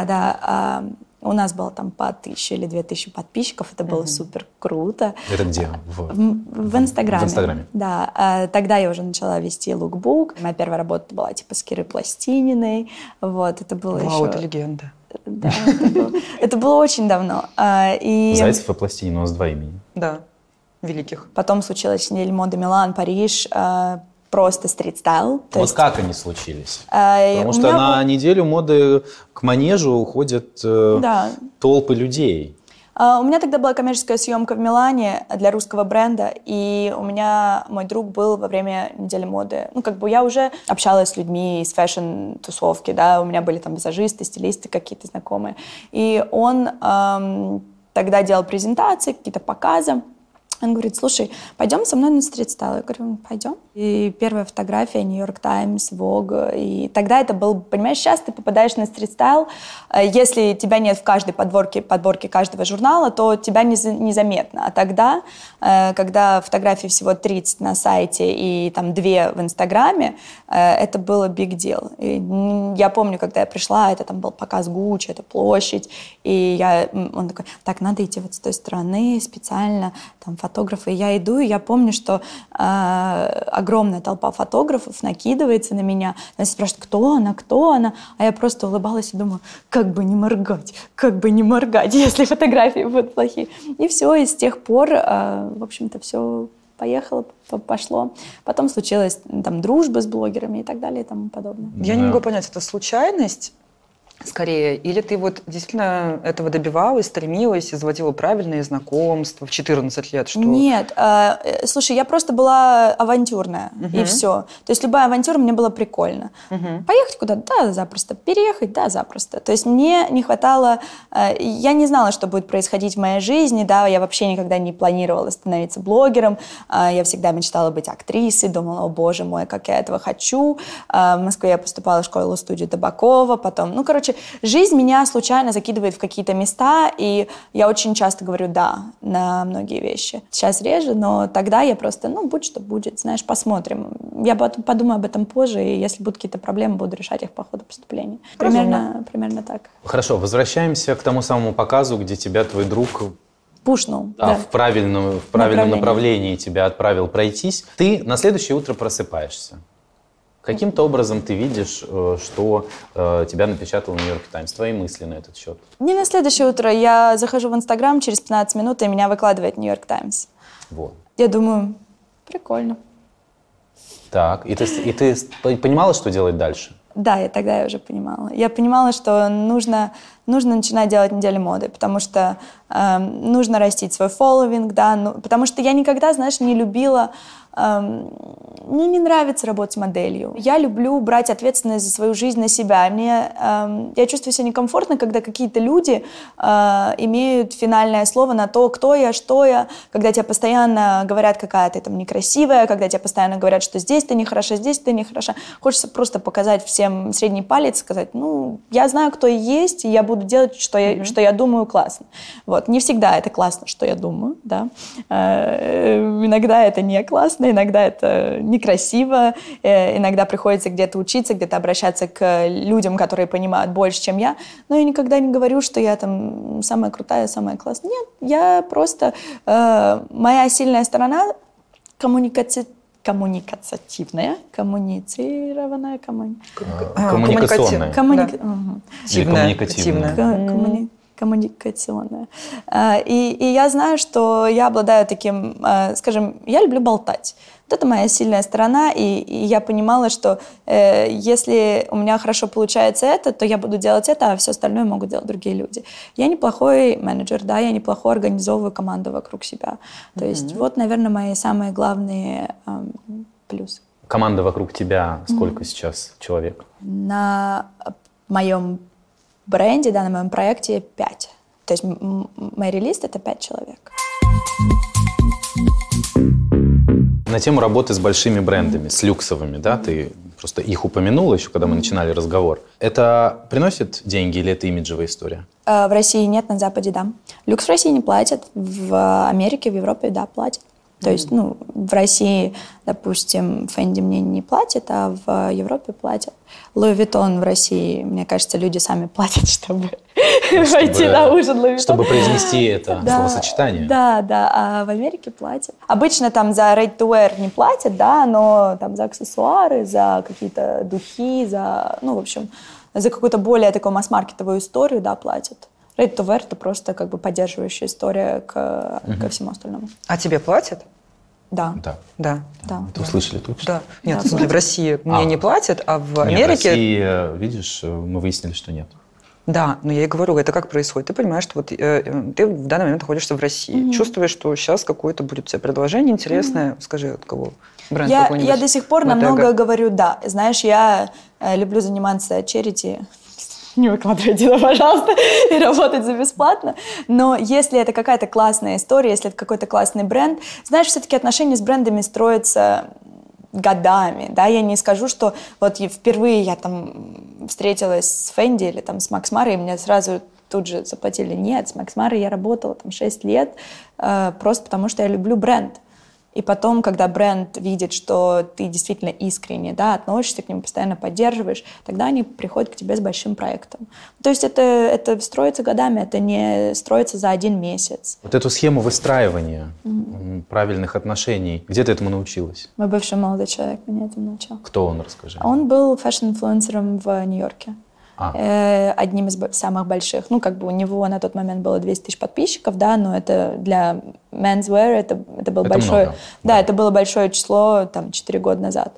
Да. У нас было там по 1000 или 2000 подписчиков, это было супер круто. Это где? В Инстаграме. В Инстаграме. Да. Тогда я уже начала вести лукбук. Моя первая работа была типа с Кирой Пластининой. Вот, это было Вау, еще... это легенда. Да, это было очень давно. И Зайцев и Пластинин, у нас два имени. Да, великих. потом случилась неделя моды Милан, Париж, просто стрит-стайл. То Вот есть, как они случились? Потому у что меня на неделю моды к манежу уходят Да. толпы людей. У меня тогда была коммерческая съемка в Милане для русского бренда, и у меня мой друг был во время недели моды. Ну, как бы я уже общалась с людьми из фэшн-тусовки, да, у меня были там визажисты, стилисты какие-то знакомые. И он тогда делал презентации, какие-то показы. Он говорит, слушай, пойдем со мной на стрит-стайл. Я говорю, пойдем. И первая фотография, Нью-Йорк Таймс, Vogue. И тогда это был, понимаешь, сейчас ты попадаешь на стрит-стайл, если тебя нет в каждой подборке каждого журнала, то тебя незаметно. А тогда, когда фотографий всего 30 на сайте и там 2 в Инстаграме, это было big deal. И я помню, когда я пришла, это там был показ Гуччи, это площадь, и он такой, так, надо идти вот с той стороны специально, там фотографы. И я иду, и я помню, что огромная толпа фотографов накидывается на меня. Она спрашивает, кто она? А я просто улыбалась и думаю, как бы не моргать, если фотографии будут плохие. И все, и с тех пор, в общем-то, все поехало, пошло. Потом случилась там дружба с блогерами и так далее и тому подобное. Я не могу понять, это случайность? Скорее, или ты вот действительно этого добивалась, стремилась и заводила правильные знакомства в 14 лет? Что... Нет, слушай, я просто была авантюрная, и все. То есть любая авантюра мне была прикольно. Поехать куда-то? Да, запросто. Переехать? Да, запросто. То есть мне не хватало... Я не знала, что будет происходить в моей жизни, да, я вообще никогда не планировала становиться блогером, я всегда мечтала быть актрисой, думала, о боже мой, как я этого хочу. В Москве я поступала в школу-студию Табакова, потом, жизнь меня случайно закидывает в какие-то места, и я очень часто говорю «да» на многие вещи. Сейчас реже, но тогда я просто, будь что будет, знаешь, посмотрим. Я подумаю об этом позже, и если будут какие-то проблемы, буду решать их по ходу поступления. Примерно так. Хорошо, возвращаемся к тому самому показу, где тебя твой друг... Пушнул. Да, в правильном направлении тебя отправил пройтись. Ты на следующее утро просыпаешься. Каким-то образом ты видишь, что тебя напечатал Нью-Йорк Таймс? Твои мысли на этот счет? Не на следующее утро. Я захожу в Инстаграм, через 15 минут, и меня выкладывает Нью-Йорк Таймс. Вот. Я думаю, прикольно. Так, и ты понимала, что делать дальше? Да, тогда я уже понимала. Я понимала, что нужно начинать делать недели моды, потому что нужно растить свой фолловинг, да, потому что я никогда, знаешь, не любила... Мне не нравится работать моделью. Я люблю брать ответственность за свою жизнь на себя. Я чувствую себя некомфортно, когда какие-то люди имеют финальное слово на то, кто я, что я, когда тебе постоянно говорят, какая ты там некрасивая, когда тебе постоянно говорят, что здесь ты нехороша, здесь ты нехороша. Хочется просто показать всем средний палец, сказать, я знаю, кто я есть, и я буду делать, что я думаю классно. Вот. Не всегда это классно, что я думаю, да. Иногда это не классно, иногда это некрасиво, иногда приходится где-то учиться, где-то обращаться к людям, которые понимают больше, чем я, но я никогда не говорю, что я там самая крутая, самая классная. Нет, я просто... моя сильная сторона коммуникативная, коммуницированная, коммуникационная. Коммуникационная. И я знаю, что я обладаю таким, скажем, я люблю болтать. Вот это моя сильная сторона, и я понимала, что если у меня хорошо получается это, то я буду делать это, а все остальное могут делать другие люди. Я неплохой менеджер, да, я неплохо организовываю команду вокруг себя. То есть вот, наверное, мои самые главные плюсы. Команда вокруг тебя сколько сейчас человек? На моем бренде, да, на моем проекте 5. То есть мой релиз — это 5 человек. На тему работы с большими брендами, с люксовыми, да, ты просто их упомянула еще, когда мы начинали разговор. Это приносит деньги или это имиджевая история? В России нет, на Западе да. Люкс в России не платят, в Америке, в Европе, да, платят. То есть, в России, допустим, Фенди мне не платит, а в Европе платят. Луи Виттон в России, мне кажется, люди сами платят, чтобы пойти на ужин Луи Виттон. Чтобы произнести это словосочетание. Да, а в Америке платят. Обычно там за ready to wear не платят, да, но там за аксессуары, за какие-то духи, за какую-то более такую масс-маркетовую историю, да, платят. Ready to wear — это просто как бы поддерживающая история ко всему остальному. А тебе платят? Да. Это услышали тут? Да. Нет, в России мне не платят, а в Америке... Нет, в России, видишь, мы выяснили, что нет. Да, но я и говорю, это как происходит. Ты понимаешь, что вот ты в данный момент находишься в России, чувствуешь, что сейчас какое-то будет у тебя предложение интересное. Скажи, от кого? Бренд какой-нибудь? Я до сих пор намного говорю «да». Знаешь, я люблю заниматься charity. не выкладывайте это, пожалуйста, и работать за бесплатно. Но если это какая-то классная история, если это какой-то классный бренд, знаешь, все-таки отношения с брендами строятся годами, да, я не скажу, что вот впервые я там встретилась с Фенди или там с Макс Марой, и мне сразу тут же заплатили. Нет, с Макс Марой я работала там 6 лет, просто потому что я люблю бренд. И потом, когда бренд видит, что ты действительно искренне, да, относишься к нему, постоянно поддерживаешь, тогда они приходят к тебе с большим проектом. То есть это строится годами, это не строится за 1 месяц. Вот эту схему выстраивания правильных отношений, где ты этому научилась? Мой бывший молодой человек меня этому научил. Кто он, расскажи? Он был фэшн-инфлюенсером в Нью-Йорке. Одним из самых больших. Ну, как бы у него на тот момент было 200 тысяч подписчиков, да, но это для menswear это был большой... Много. Да, это было большое число, там, 4 года назад.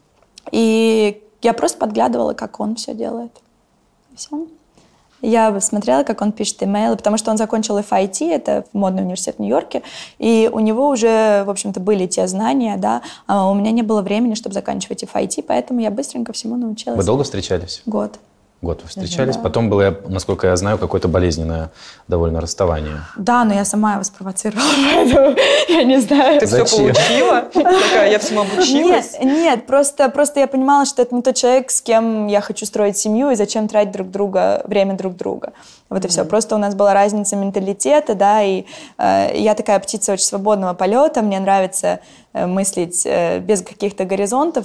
И я просто подглядывала, как он все делает. Все. Я смотрела, как он пишет имейлы, потому что он закончил FIT, это модный университет в Нью-Йорке, и у него уже, в общем-то, были те знания, да, а у меня не было времени, чтобы заканчивать FIT, поэтому я быстренько всему научилась. Вы долго встречались? Год. Год вы встречались, Да. Потом было, насколько я знаю, какое-то болезненное довольно расставание. Да, но я сама его спровоцировала, поэтому я не знаю. Ты все получила? Такая, я всему обучилась? Нет, просто я понимала, что это не тот человек, с кем я хочу строить семью и зачем тратить время друг друга. Вот и все. Просто у нас была разница менталитета, да, и я такая птица очень свободного полета, мне нравится мыслить без каких-то горизонтов,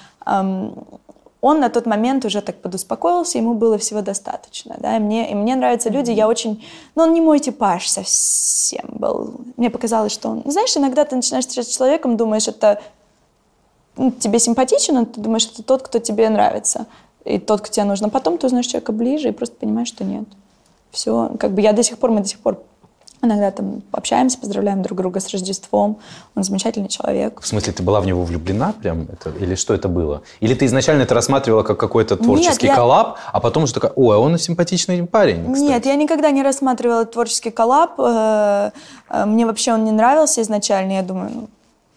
он на тот момент уже так подуспокоился, ему было всего достаточно, да, и мне нравятся люди, я очень, он не мой типаж совсем был, мне показалось, что он, знаешь, иногда ты начинаешь встречаться с человеком, думаешь, это тебе симпатичен, но ты думаешь, это тот, кто тебе нравится, и тот, кто тебе нужен, потом ты узнаешь человека ближе и просто понимаешь, что нет, все, как бы мы до сих пор иногда там общаемся, поздравляем друг друга с Рождеством. Он замечательный человек. В смысле, ты была в него влюблена прям? Или что это было? Или ты изначально это рассматривала как какой-то творческий коллаб, а потом уже такая, ой, он симпатичный парень, кстати. Нет, я никогда не рассматривала творческий коллаб. Мне вообще он не нравился изначально. Я думаю,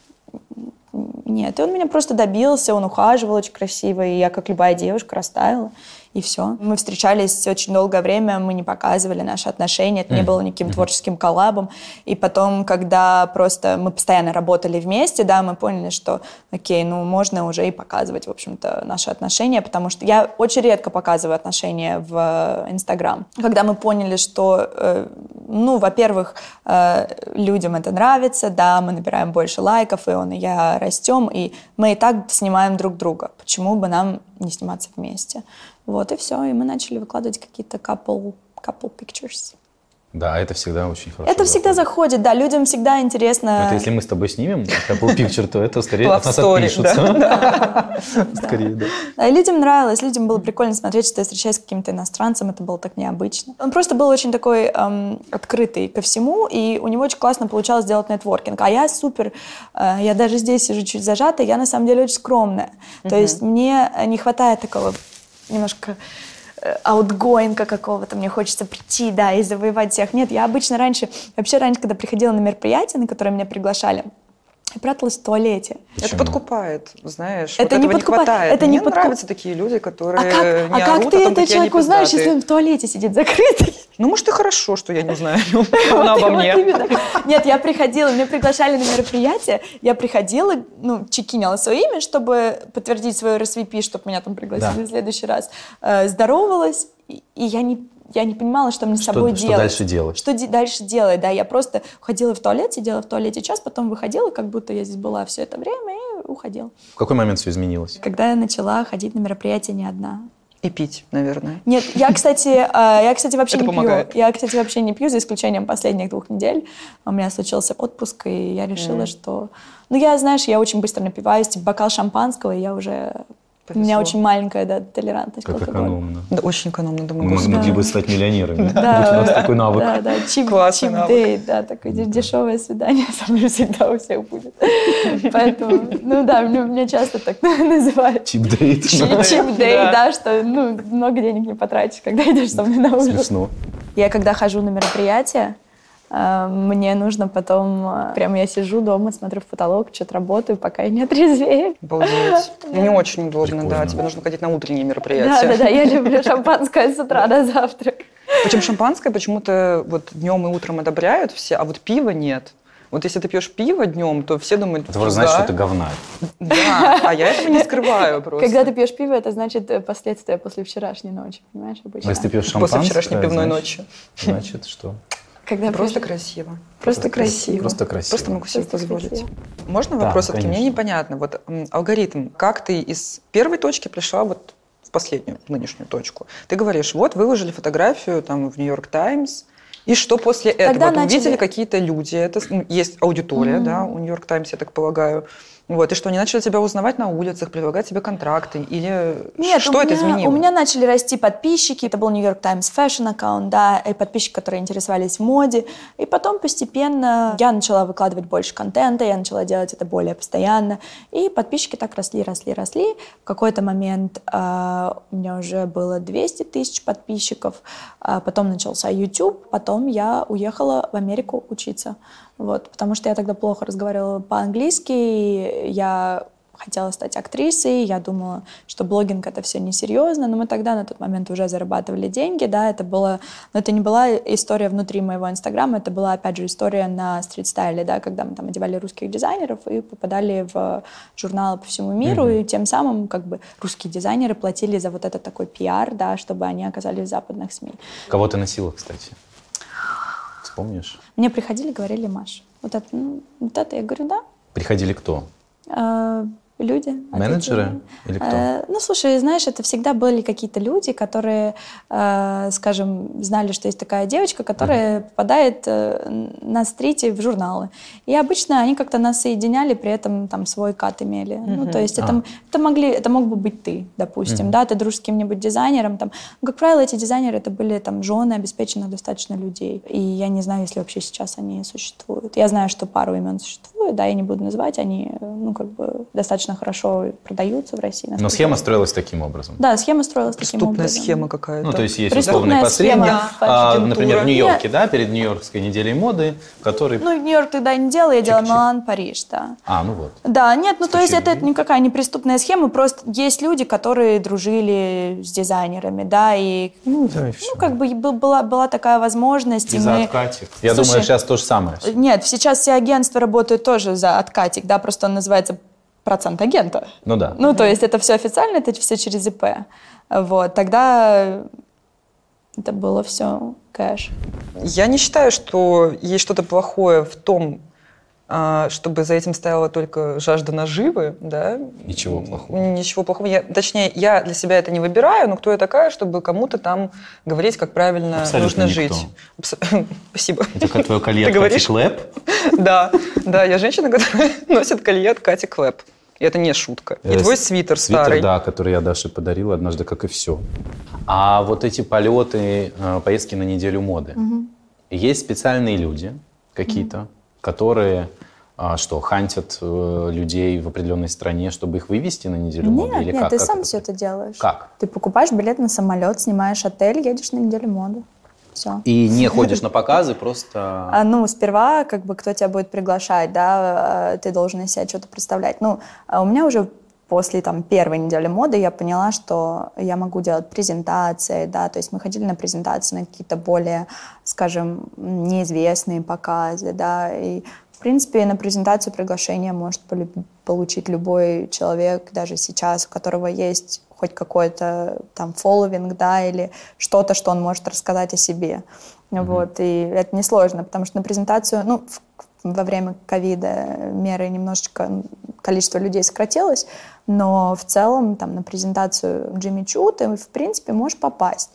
нет. И он меня просто добился, он ухаживал очень красиво, и я, как любая девушка, растаяла. И все. Мы встречались очень долгое время, мы не показывали наши отношения, это не было никаким творческим коллабом. И потом, когда просто мы постоянно работали вместе, да, мы поняли, что окей, можно уже и показывать, в общем-то, наши отношения, потому что я очень редко показываю отношения в Инстаграм. Когда мы поняли, что, во-первых, людям это нравится, да, мы набираем больше лайков, и он и я растем, и мы и так снимаем друг друга. Почему бы нам не сниматься вместе? Вот и все, и мы начали выкладывать какие-то couple pictures. Да, это всегда очень хорошо. Это всегда заходит, да, людям всегда интересно. Это если мы с тобой снимем couple picture, то это скорее от нас Story, отпишутся. Скорее, да. Да, и людям нравилось, людям было прикольно смотреть, что я встречаюсь с каким-то иностранцем, это было так необычно. Он просто был очень такой открытый ко всему, и у него очень классно получалось делать нетворкинг. А я я даже здесь сижу чуть зажата, я на самом деле очень скромная. То есть мне не хватает такого немножко аутгоинга какого-то, мне хочется прийти, да, и завоевать всех. Нет, я обычно раньше, когда приходила на мероприятия, на которые меня приглашали, я пряталась в туалете. Почему? Это подкупает, знаешь. Это вот не этого подкупает. Не хватает. Это Мне не нравятся такие люди, которые не как орут, ты о том, это какие человек они узнаешь, пиздатые. если он в туалете сидит закрытый? Ну, может, и хорошо, что я не знаю обо мне. Нет, я приходила, меня приглашали на мероприятие, я приходила, чекинила свое имя, чтобы подтвердить свое RSVP, чтобы меня там пригласили в следующий раз. Здоровалась, и я не понимала, что мне с собой делать. Что дальше делать? Что дальше делать, да. Я просто ходила в туалет, сидела в туалете час, потом выходила, как будто я здесь была все это время, и уходила. В какой момент все изменилось? Когда я начала ходить на мероприятия не одна. И пить, наверное. Нет, я, кстати, вообще Это не помогает. пью. Я, кстати, вообще не пью, за исключением последних 2 недель. У меня случился отпуск, и я решила, что... я очень быстро напиваюсь, бокал шампанского, и я уже... У меня очень маленькая, да, толерантность к Как алкоголю. экономно. Да, очень экономно, думаю. Мы господи. могли бы стать миллионерами. Да, Будь у нас такой навык. Да, Классный навык. чип-дейт, да, такое дешевое свидание со мной всегда у всех будет. Поэтому, меня часто так называют. Чип-дейт. Чип-дейт, да, что, много денег не потратишь, когда идешь со мной на ужин. Смешно. Я когда хожу на мероприятия, Мне нужно потом... Прям я сижу дома, смотрю в потолок, что-то работаю, пока я не отрезвею. Обалдеть. Не очень удобно, Прикольно. да. Тебе нужно ходить на утренние мероприятия. Да, я люблю шампанское с утра на завтрак. Причем шампанское почему-то вот днем и утром одобряют все, а вот пива нет. Вот если ты пьешь пиво днем, то все думают, Это может значит, что это говна. Да, а я этого не скрываю просто. Когда ты пьешь пиво, это значит последствия после вчерашней ночи, понимаешь, обычно. Если ты пьешь шампанское, После вчерашней пивной значит- ночи. Значит, что? Когда Просто пьешь- красиво. Просто красиво. Просто красиво. Просто могу себе Просто позволить. красиво. Можно Да, вопрос? Мне конечно. непонятно. Вот алгоритм. Как ты из первой точки пришла вот в последнюю, в нынешнюю точку? Ты говоришь, вот выложили фотографию там в Нью-Йорк Таймс, и что после этого? Тогда Потом начали- видели какие-то люди, это есть аудитория, да, у Нью-Йорк Таймс, я так полагаю. Вот, и что, они начали тебя узнавать на улицах, предлагать тебе контракты? Или Нет, что это изменило? У меня начали расти подписчики. Это был New York Times Fashion аккаунт, да, и подписчики, которые интересовались в моде. И потом постепенно я начала выкладывать больше контента, я начала делать это более постоянно. И подписчики так росли. В какой-то момент у меня уже было 200 тысяч подписчиков. Потом начался YouTube. Потом я уехала в Америку учиться. Вот, потому что я тогда плохо разговаривала по-английски, и я хотела стать актрисой, я думала, что блогинг — это все несерьезно, но мы тогда на тот момент уже зарабатывали деньги, да, но это не была история внутри моего инстаграма, это была, опять же, история на стрит-стайле, да, когда мы там одевали русских дизайнеров и попадали в журналы по всему миру, и тем самым как бы русские дизайнеры платили за вот этот такой пиар, да, чтобы они оказались в западных СМИ. Кого ты носила, кстати? Вспомнишь? Мне приходили, говорили: Маш, вот это, я говорю, да. Приходили кто? Люди. Менеджеры или кто? Ну, слушай, знаешь, это всегда были какие-то люди, которые, скажем, знали, что есть такая девочка, которая попадает на стрите в журналы. И обычно они как-то нас соединяли, при этом там свой кат имели. Ну, то есть это мог бы быть ты, допустим, да, ты дружишь с кем-нибудь дизайнером. Там. Ну, как правило, эти дизайнеры это были там жены обеспеченных достаточно людей. И я не знаю, если вообще сейчас они существуют. Я знаю, что пару имен существует, да, я не буду называть, они, ну, как бы достаточно хорошо продаются в России. Но схема строилась таким образом. Да, схема строилась таким Преступная образом. схема какая-то. Ну, то есть есть Преступная условный посредник, схема, например, в агентура. Нью-Йорке, да, перед Нью-Йоркской неделей моды, который... Ну, Нью-Йорк тогда не делала, я делала Чик-чик. Милан, Париж, да. ну вот. Да, нет, ну то есть Стучили. это никакая не преступная схема, просто есть люди, которые дружили с дизайнерами, да, и Ну, да, и все. ну, как бы была такая возможность. И и за мы- откатик. Я Слушай, думаю, сейчас то же самое. Нет, сейчас все агентства работают тоже за откатик, да, просто он называется процент агента. Ну да. Ну, то есть это все официально, это все через ИП. Вот, тогда это было все кэш. Я не считаю, что есть что-то плохое в том, чтобы за этим стояла только жажда наживы, да? Ничего плохого. Ничего плохого. Точнее, я для себя это не выбираю, но кто я такая, чтобы кому-то там говорить, как правильно Абсолютно нужно никто. жить. Спасибо. Это как твое колье Ты от говоришь? Кати Клэп. Да, я женщина, которая носит колье от Кати Клэп. И это не шутка. И твой свитер старый. Да, который я Даше подарил однажды, как и все. А вот эти полеты, поездки на неделю моды. Есть специальные люди какие-то, которые хантят людей в определенной стране, чтобы их вывести на неделю моды? Или Нет, как? ты Как сам это все это делаешь. Как? Ты покупаешь билет на самолет, снимаешь отель, едешь на неделю моды. Все. И не ходишь на показы, просто... Ну, сперва, как бы, кто тебя будет приглашать, да, ты должен из себя что-то представлять. Ну, у меня уже после, там, первой недели моды я поняла, что я могу делать презентации, да, то есть мы ходили на презентации, на какие-то более, скажем, неизвестные показы, да, и, в принципе, на презентацию приглашение может получить любой человек, даже сейчас, у которого есть хоть какой-то там фолловинг, да, или что-то, что он может рассказать о себе. Вот, и это несложно, потому что на презентацию, ну, во время ковида меры немножечко, количество людей сократилось, но в целом там на презентацию Джимми Чу ты, в принципе, можешь попасть.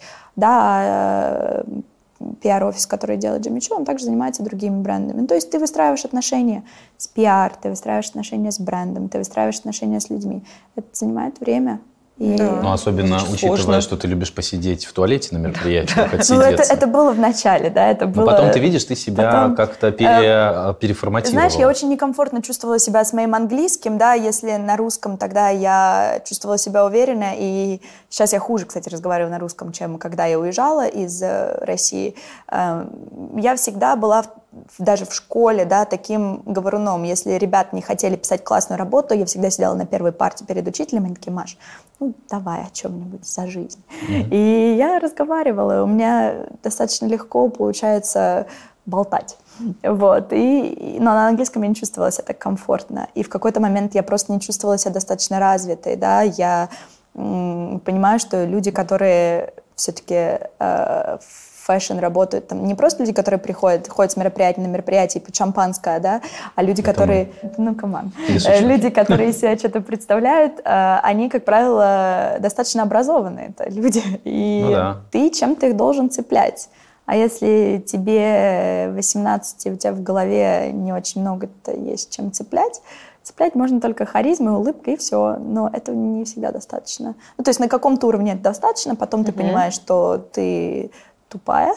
Да, пиар-офис, который делает Джимми Чу, он также занимается другими брендами. Ну, то есть ты выстраиваешь отношения с пиар, ты выстраиваешь отношения с брендом, ты выстраиваешь отношения с людьми. Это занимает время. И... Да. Ну, особенно Очень учитывая, сложно. что ты любишь посидеть в туалете на мероприятиях, Ну, отсидеться. это было в начале, да, это было... Но потом ты видишь, ты себя Потом, как-то переформатировала. Знаешь, я очень некомфортно чувствовала себя с моим английским, да, если на русском тогда я чувствовала себя уверенно, и сейчас я хуже, кстати, разговариваю на русском, чем когда я уезжала из России. Я всегда была даже в школе, да, таким говоруном. Если ребят не хотели писать классную работу, я всегда сидела на первой парте перед учителем, и они такие: Маш, ну давай о чем-нибудь за жизнь. И я разговаривала, у меня достаточно легко получается болтать. Вот. Но на английском я не чувствовала себя так комфортно. И в какой-то момент я просто не чувствовала себя достаточно развитой. Да? Я понимаю, что люди, которые все-таки в фэшн работают, там, не просто люди, которые ходят с мероприятия на мероприятие, пьют шампанское, да, а люди, которые... Люди, которые себя что-то представляют, они, как правило, достаточно образованные. Это люди. И ты чем-то их должен цеплять. А если тебе 18, и у тебя в голове не очень много-то есть чем цеплять можно только харизмой, улыбкой, и все. Но этого не всегда достаточно. Ну, то есть на каком-то уровне это достаточно, потом ты понимаешь, что ты тупая,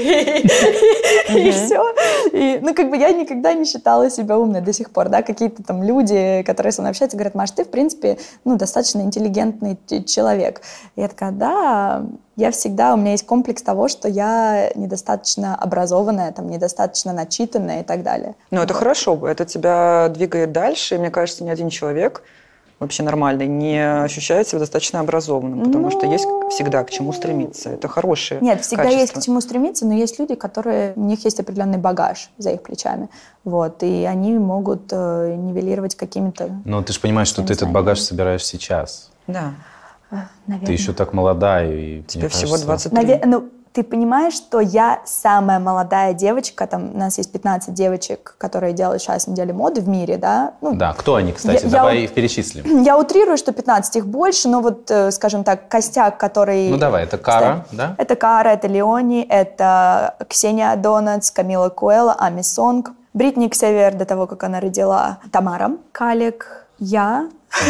и все. Ну, как бы я никогда не считала себя умной до сих пор, да, какие-то там люди, которые со мной общаются, говорят: Маш, ты, в принципе, ну, достаточно интеллигентный человек. И я такая: да, у меня есть комплекс того, что я недостаточно образованная, там, недостаточно начитанная и так далее. Ну, это хорошо, это тебя двигает дальше, и мне кажется, ни один человек вообще нормальный не ощущает себя достаточно образованным, потому что есть всегда к чему стремиться. Это хорошие Нет, всегда качества. есть к чему стремиться, но есть люди, у них есть определенный багаж за их плечами. Вот, и они могут нивелировать какими-то... Но ты же понимаешь, что ты этот багаж собираешь сейчас. Да. Наверное. Ты еще так молода. И, тебе всего 23. Ты понимаешь, что я самая молодая девочка, там у нас есть 15 девочек, которые делают сейчас неделю моды в мире, да? Ну, да, кто они, кстати? Давай их перечислим. Я утрирую, что 15, их больше, но вот, скажем так, костяк, который... Ну давай, это Кара, да? Это Кара, это Леони, это Ксения Донатс, Камила Куэлла, Ами Сонг, Бритни Ксавер до того, как она родила, Тамара Калик, я.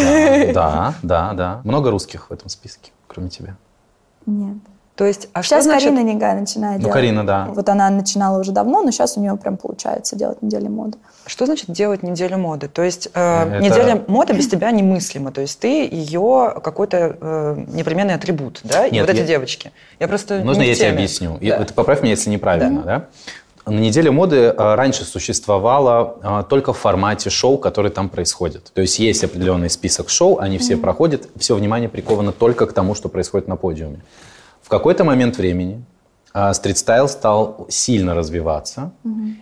Да. Много русских в этом списке, кроме тебя? Нет. То есть, сейчас Карина Нигай начинает делать. Карина, да. Вот она начинала уже давно, но сейчас у нее прям получается делать неделю моды. Что значит делать неделю моды? То есть неделя моды без тебя немыслима. То есть ты ее какой-то непременный атрибут, да? И Нет, вот эти девочки. Я просто Можно я тебе объясню? Да. Ты поправь меня, если неправильно, да? На неделе моды раньше существовала только в формате шоу, которые там происходят. То есть есть определенный список шоу, они все проходят, все внимание приковано только к тому, что происходит на подиуме. В какой-то момент времени стрит-стайл стал сильно развиваться,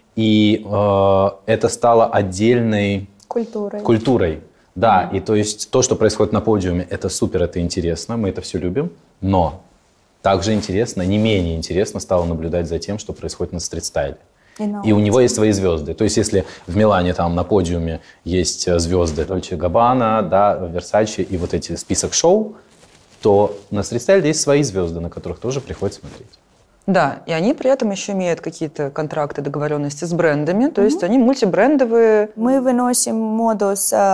и это стало отдельной культурой. Да, и то есть то, что происходит на подиуме, это супер, это интересно, мы это все любим, но также интересно, не менее интересно стало наблюдать за тем, что происходит на стрит-стайле. И у него есть свои звезды. То есть если в Милане там на подиуме есть звезды Дольче Габбана, да, Версаче и вот эти список шоу, то на стрит-стайле есть свои звезды, на которых тоже приходится смотреть. Да, и они при этом еще имеют какие-то контракты, договоренности с брендами, то есть они мультибрендовые. Мы выносим моду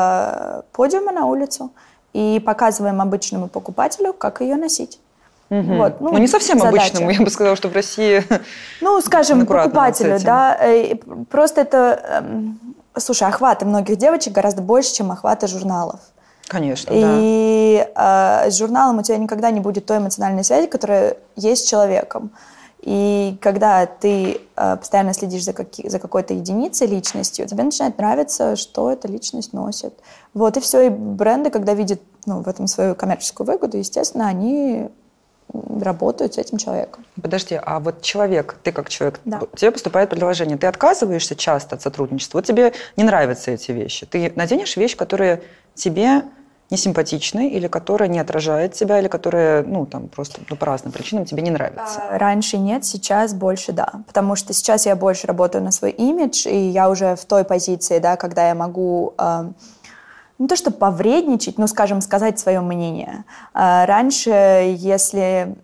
с подиума на улицу и показываем обычному покупателю, как ее носить. Вот, ну, не совсем задача. Обычному, я бы сказала, что в России... Ну, скажем, покупателю, да. Просто это... Слушай, охваты многих девочек гораздо больше, чем охваты журналов. Конечно, и с журналом у тебя никогда не будет той эмоциональной связи, которая есть с человеком. И когда ты постоянно следишь за какой-то единицей личностью, тебе начинает нравиться, что эта личность носит. Вот и все. И бренды, когда видят в этом свою коммерческую выгоду, естественно, они работают с этим человеком. Подожди, а вот человек, ты как человек, тебе поступает предложение, ты отказываешься часто от сотрудничества, вот тебе не нравятся эти вещи, ты наденешь вещь, которая тебе не симпатичны, или которая не отражает тебя, или которая, просто по разным причинам тебе не нравится? Раньше нет, сейчас больше да. Потому что сейчас я больше работаю на свой имидж, и я уже в той позиции, да, когда я могу не то чтобы повредничать, но, скажем, сказать свое мнение. Раньше, если...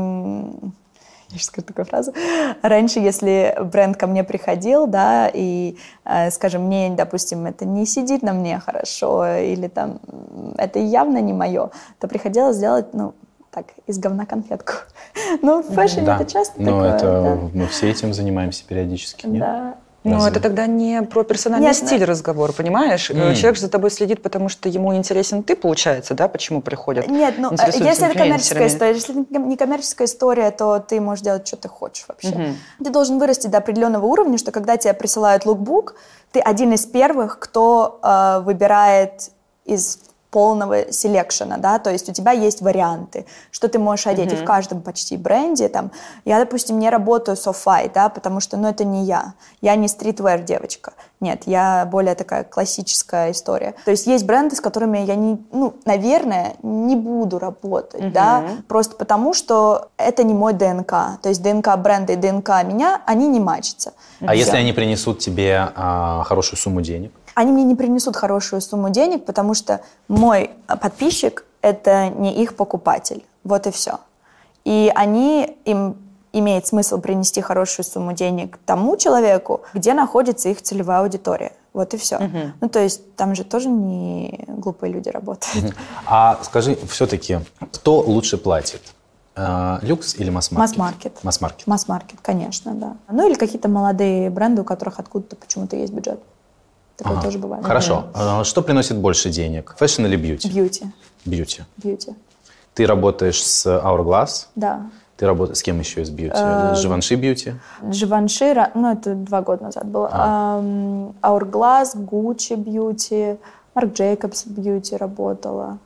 Я сейчас скажу такую фразу. Раньше, если бренд ко мне приходил, да, и, скажем, мне, допустим, это не сидит на мне хорошо, или там это явно не мое, то приходилось сделать, из говна конфетку. В фэшне это часто такое. Мы все этим занимаемся периодически, нет? Да. Ну, Разве? это тогда не про персональный Нет, стиль разговор, понимаешь? Человек же за тобой следит, потому что ему интересен ты, получается, да? Почему приходят? Нет, ну, интересуются если это коммерческая инфлюенсерами? история, если это не коммерческая история, то ты можешь делать, что ты хочешь вообще. Ты должен вырасти до определенного уровня, что когда тебе присылают лукбук, ты один из первых, кто выбирает из полного селекшена, да, то есть у тебя есть варианты, что ты можешь одеть, и в каждом почти бренде, там, я, допустим, не работаю с off-white, да, потому что, ну, это не я не стритвер девочка, нет, я более такая классическая история, то есть есть бренды, с которыми я, наверное, не буду работать, да, просто потому, что это не мой ДНК, то есть ДНК бренда и ДНК меня, они не матчатся. А если они принесут тебе хорошую сумму денег? Они мне не принесут хорошую сумму денег, потому что мой подписчик — это не их покупатель. Вот и все. И им имеет смысл принести хорошую сумму денег тому человеку, где находится их целевая аудитория. Вот и все. Ну, то есть там же тоже не глупые люди работают. А скажи, все-таки, кто лучше платит? Люкс или масс-маркет? Масс-маркет. Масс-маркет. Масс-маркет, конечно, да. Ну, или какие-то молодые бренды, у которых откуда-то почему-то есть бюджет. Такое тоже бывает. Хорошо. Что приносит больше денег? Фэшн или бьюти? Бьюти. Бьюти. Ты работаешь с Hourglass? Да. Ты работаешь с кем еще из бьюти? Живанши бьюти? Живанши, это 2 года назад было. Hourglass, Gucci бьюти, Marc Jacobs бьюти работала.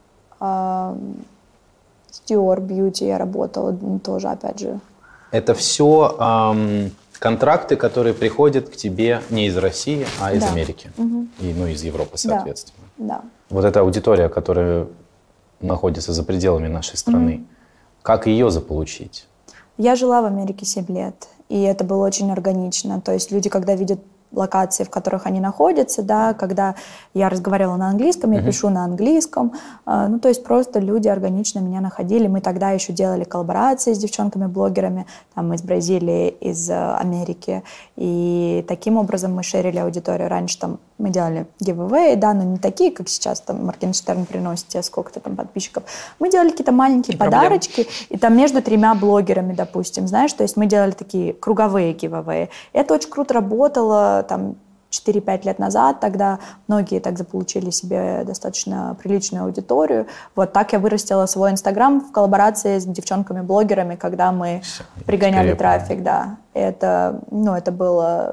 Dior бьюти я работала тоже, опять же. Это все контракты, которые приходят к тебе не из России, а из Америки. И, из Европы, соответственно. Да. Вот эта аудитория, которая находится за пределами нашей страны, как ее заполучить? Я жила в Америке 7 лет, и это было очень органично. То есть люди, когда видят локации, в которых они находятся, да, когда я разговаривала на английском, я пишу на английском, то есть просто люди органично меня находили. Мы тогда еще делали коллаборации с девчонками-блогерами, там, из Бразилии, из Америки, и таким образом мы шерили аудиторию. Раньше там мы делали giveaway, да, но не такие, как сейчас, там, Моргенштерн приносит тебе сколько-то там подписчиков. Мы делали какие-то маленькие подарочки, и там между 3 блогерами, допустим, знаешь, то есть мы делали такие круговые giveaway. Это очень круто работало, там 4-5 лет назад, тогда многие так заполучили себе достаточно приличную аудиторию. Вот так я вырастила свой Инстаграм в коллаборации с девчонками-блогерами, когда мы пригоняли трафик, да. Это было...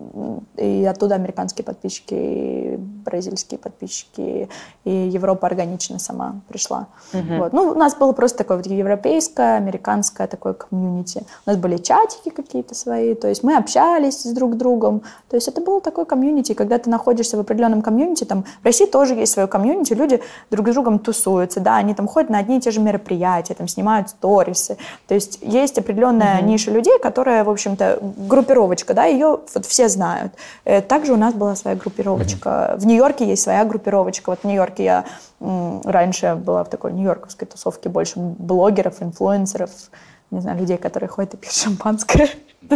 И оттуда американские подписчики, и бразильские подписчики, и Европа органично сама пришла. Вот. У нас было просто такое вот европейское, американское такое комьюнити. У нас были чатики какие-то свои, то есть мы общались с друг другом. То есть это было такое комьюнити. Когда ты находишься в определенном комьюнити, там в России тоже есть свое комьюнити, люди друг с другом тусуются, да, они там ходят на одни и те же мероприятия, там снимают сторисы. То есть есть определенная ниша людей, которая, в общем-то, группировочка, да, ее вот все знают. Также у нас была своя группировочка. В Нью-Йорке есть своя группировочка. Вот в Нью-Йорке я раньше была в такой нью-йорковской тусовке больше блогеров, инфлюенсеров, не знаю, людей, которые ходят и пьют шампанское.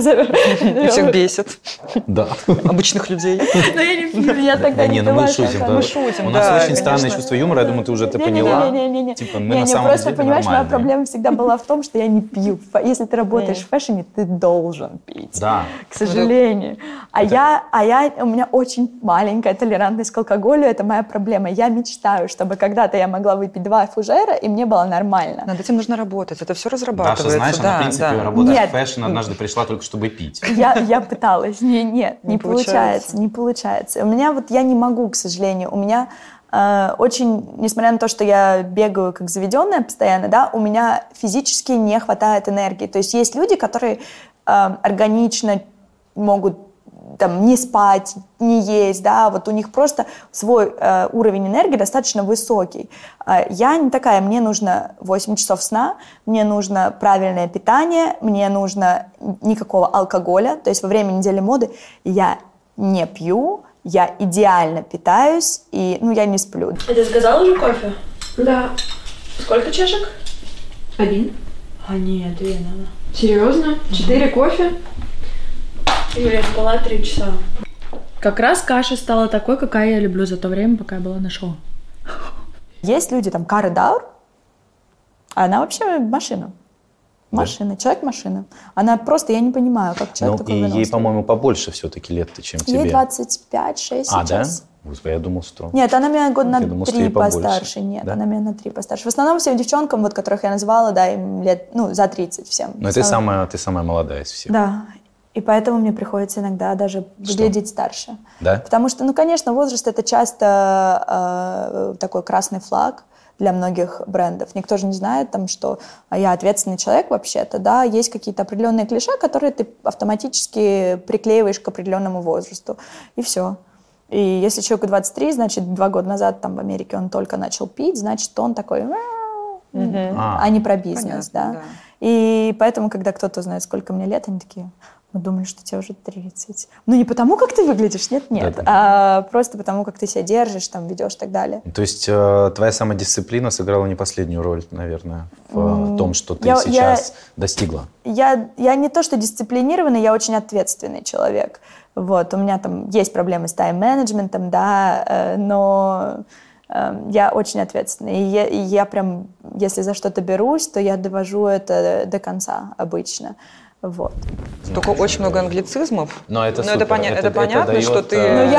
И всех бесит. Да. Обычных людей. Но я не пью, я тогда не пила. Мы шутим. Мы шутим, У нас да, очень странное чувство юмора, я думаю, ты уже это поняла. Не-не-не. Типа, мы на самом просто, деле понимаешь, моя нормальные. проблема всегда была в том, что я не пью. Если ты работаешь в фэшне, ты должен пить. Да. К сожалению. У меня очень маленькая толерантность к алкоголю, это моя проблема. Я мечтаю, чтобы когда-то я могла выпить 2 фужера, и мне было нормально. Над этим нужно работать, это все разрабатывается. Даша, знаешь, она, в принципе, да. работает Нет. в фэшн, однажды пришла только чтобы пить. Я пыталась. Нет, не получается. получается. У меня я не могу, к сожалению. У меня очень, несмотря на то, что я бегаю как заведенная постоянно, да, у меня физически не хватает энергии. То есть есть люди, которые органично могут там не спать, не есть, да, вот у них просто свой уровень энергии достаточно высокий. Я не такая, мне нужно 8 часов сна, мне нужно правильное питание, мне нужно никакого алкоголя, то есть во время недели моды я не пью, я идеально питаюсь, и, я не сплю. А ты заказала уже кофе? Да. Сколько чашек? 1. А нет, 2 надо. Серьезно? 4 кофе? Юля спала 3 часа. Как раз каша стала такой, какая я люблю за то время, пока я была на шоу. Есть люди, там, Кары Даур, а она вообще машина. Машина, человек-машина. Она просто, я не понимаю, как человек такой и ей, выносливый. по-моему, побольше все-таки лет, чем тебе. Ей 25-6 сейчас. Да? Господи, я думал, что... Нет, она меня год на Я думал, что 3 ей побольше. постарше. Нет, Да? она меня на 3 постарше. В основном всем девчонкам, вот, которых я назвала, да, им лет, за 30 всем. Но ты самая молодая из всех. Да. И поэтому мне приходится иногда даже выглядеть старше. Да? Потому что, конечно, возраст — это часто такой красный флаг для многих брендов. Никто же не знает, что я ответственный человек вообще-то, да, есть какие-то определенные клише, которые ты автоматически приклеиваешь к определенному возрасту, и все. И если человеку 23, значит, 2 года назад в Америке он только начал пить, значит, он такой, а не про бизнес, Понятно, да. И поэтому, когда кто-то узнает, сколько мне лет, они такие... Мы думали, что тебе уже 30. Ну, не потому, как ты выглядишь, нет, а просто потому, как ты себя держишь, ведешь и так далее. То есть твоя самодисциплина сыграла не последнюю роль, наверное, в том, что ты сейчас достигла? Я не то, что дисциплинированный, я очень ответственный человек. Вот, у меня есть проблемы с тайм-менеджментом, да, но... Я очень ответственная. И я прям, если за что-то берусь, то я довожу это до конца обычно. Вот. Только очень много англицизмов. Но это это понятно, дает, что ты...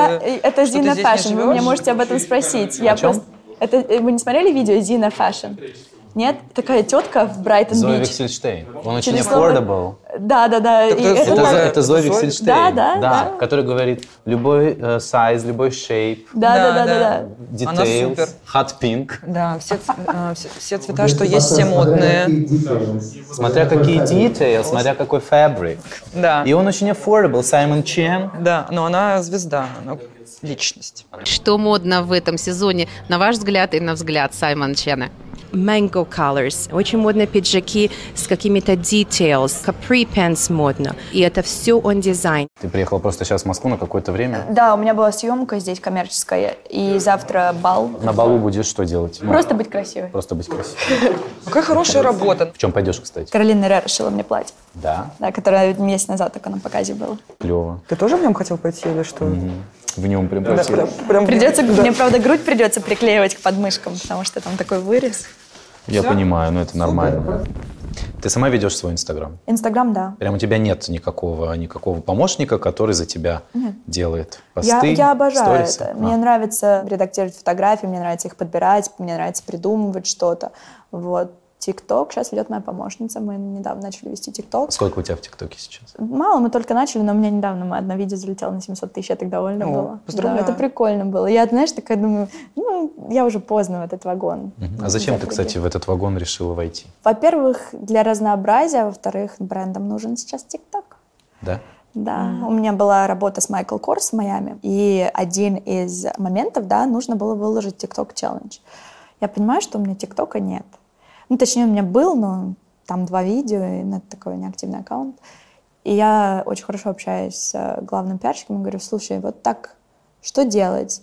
Это что ты Zina здесь не Fashion, вы меня живешь. можете об этом спросить. О чем? Вы не смотрели видео Zina Fashion? Нет? Такая тетка в Зоя Брайтон-Бич. Виксельштейн. Он очень Через слово- affordable. Да. И Это Зоя Виксельштейн. Да. Который говорит любой size, любой shape, Да. details, супер. hot pink. Да, все цвета, что есть, все модные. Смотря какие details, смотря какой fabric. Да. И он очень affordable. Саймон Чен. Да, но она звезда, она личность. Что модно в этом сезоне, на ваш взгляд и на взгляд Саймон Чена? Mango colors. Очень модно пиджаки с какими-то details. Capri pants модно. И это все on design. Ты приехала просто сейчас в Москву на какое-то время. Да, у меня была съемка здесь коммерческая, и завтра бал. На балу будешь что делать? Просто быть красивой. Просто быть красивой. Какая хорошая работа. В чем пойдешь, кстати? Каролина Рера шила мне платье. Да. Да, которое месяц назад только на показе было. Клево. Ты тоже в нем хотел пойти или что? В нем прям просила. Мне, правда, грудь придется приклеивать к подмышкам, потому что там такой вырез. Я понимаю, но это нормально. Ты сама ведешь свой Инстаграм? Инстаграм, да. Прям у тебя нет никакого помощника, который за тебя делает посты, Я обожаю сторисы? это. Мне нравится редактировать фотографии, мне нравится их подбирать, мне нравится придумывать что-то. Вот. ТикТок сейчас ведет моя помощница. Мы недавно начали вести ТикТок. Сколько у тебя в ТикТоке сейчас? Мало, мы только начали, но у меня недавно одно видео залетело на 700 тысяч, я так довольна была. Поздравляю. Да, это прикольно было. Я, знаешь, такая думаю, я уже поздно в этот вагон. А зачем ты, кстати, в этот вагон решила войти? Во-первых, для разнообразия, во-вторых, брендам нужен сейчас ТикТок. Да? Да, у меня была работа с Michael Kors в Майами, и один из моментов, нужно было выложить TikTok челлендж. Я понимаю, что у меня ТикТока нет. Точнее, у меня был, но там 2 видео, и это такой неактивный аккаунт. И я очень хорошо общаюсь с главным пиарщиком и говорю, слушай, вот так, что делать?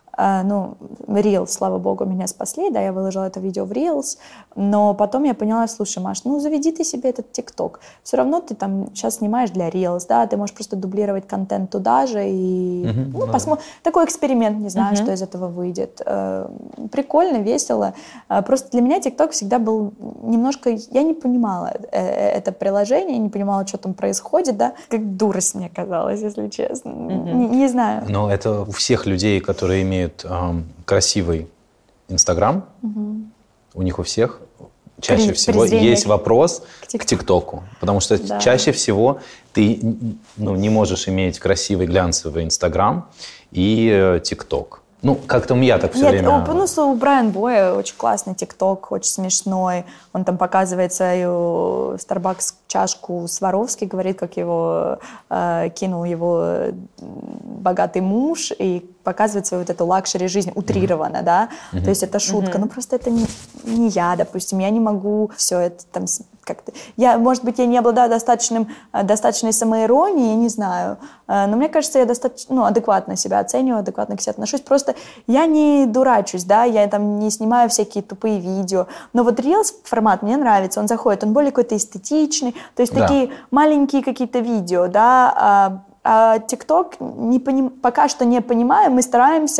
Reels, слава богу, меня спасли, да, я выложила это видео в Reels, но потом я поняла, слушай, Маш, заведи ты себе этот ТикТок. Все равно ты там сейчас снимаешь для Reels, да, ты можешь просто дублировать контент туда же и посмотрим. Такой эксперимент, не знаю, что из этого выйдет. Прикольно, весело. Просто для меня ТикТок всегда был немножко... Я не понимала это приложение, не понимала, что там происходит, да. Как дурость мне казалось, если честно. Не знаю. Но это у всех людей, которые имеют красивый Инстаграм, у них у всех чаще всего есть вопрос к ТикТоку. Потому что чаще всего ты не можешь иметь красивый глянцевый Инстаграм и ТикТок. Как-то я так все время... У Брайан Боя очень классный ТикТок, очень смешной. Он там показывает свою Starbucks чашку Сваровски, говорит, как его кинул его богатый муж, и показывает свою вот эту лакшери жизнь утрированно, да. То есть это шутка. Просто это не я, допустим. Я не могу все это там как-то... Может быть, я не обладаю достаточной самоиронией, я не знаю. Но мне кажется, я достаточно адекватно себя оцениваю, адекватно к себе отношусь. Просто я не дурачусь, да, я там не снимаю всякие тупые видео. Но вот Reels формат мне нравится, он заходит, он более какой-то эстетичный, то есть такие маленькие какие-то видео, да, а TikTok пока что не понимаем, мы стараемся,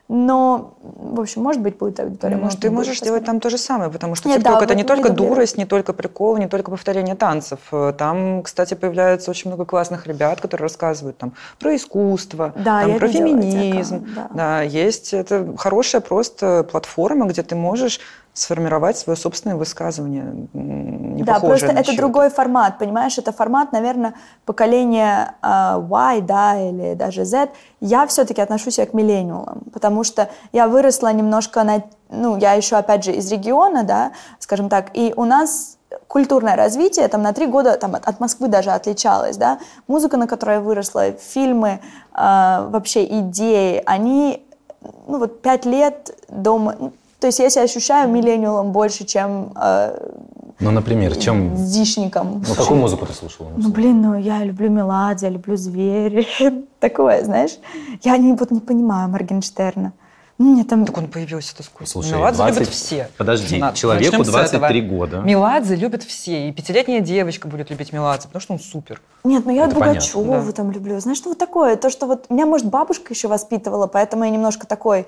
Но, в общем, может быть, будет аудитория, может, ты не можешь будет, делать там то же самое, потому что Нет, TikTok да, это не вот только не люблю. дурость, не только прикол, не только повторение танцев. Там, кстати, появляется очень много классных ребят, которые рассказывают там про искусство, Да, там, я про видела эти феминизм. аккаунты, Да, есть это хорошая просто платформа, где ты можешь сформировать свое собственное высказывание, не Да, похожее просто на это чьё-то. другой формат, понимаешь? Это формат, наверное, поколения Y, да, или даже Z. Я все-таки отношусь к миллениалам, потому что я выросла немножко я еще, опять же, из региона, да, скажем так, и у нас культурное развитие там на 3 года там, от Москвы даже отличалось, да. Музыка, на которой я выросла, фильмы, вообще идеи, они, 5 лет дома... То есть я себя ощущаю миллениалом больше, чем например, чем... дичником. Какую музыку ты слушала? Я люблю Меладзе, я люблю Звери. Такое, знаешь. Я не понимаю Моргенштерна. Так он появился сколько? Слушай, Меладзе любят все. Подожди, человеку 23 года. Меладзе любят все. И 5-летняя девочка будет любить Меладзе, потому что он супер. Нет, я Это Пугачеву там люблю. Знаешь, вот такое. То, что меня, может, бабушка еще воспитывала, поэтому я немножко такой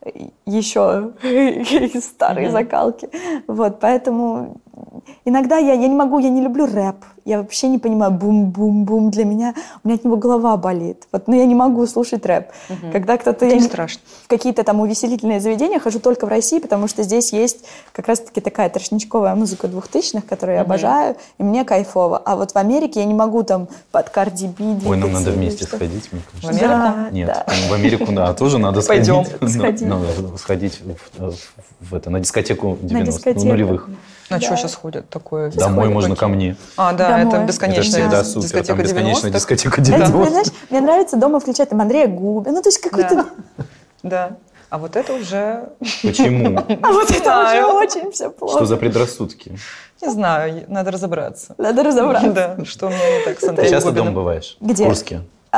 еще старой закалки. Поэтому иногда я не люблю рэп. Я вообще не понимаю бум-бум-бум. Для меня, у меня от него голова болит. Я не могу слушать рэп. Когда кто-то... Это не страшно. В какие-то там увеселительные заведения хожу только в России, потому что здесь есть как раз-таки такая трошничковая музыка 2000-х, которую я обожаю, и мне кайфово. А в Америке я не могу там под Cardi B двигаться. Ой, нам надо вместе сходить, мне кажется. В Америку? Нет, в Америку, да, тоже надо сходить. Пойдем. Надо сходить на дискотеку 90-х, нулевых. На что сейчас ходят такое? Домой можно ко мне. Да, Домой. это бесконечная Это всегда супер, там бесконечная дискотека Тебе, 90-х. знаешь, мне нравится дома включать там Андрея Губина, то есть какой-то... Да. А вот это уже... Почему? А вот это уже очень все плохо. Что за предрассудки? Не знаю, надо разобраться. Надо разобраться. Да, что у меня не так с Ты Андреем часто Губиным. дома бываешь? Где? В Курске?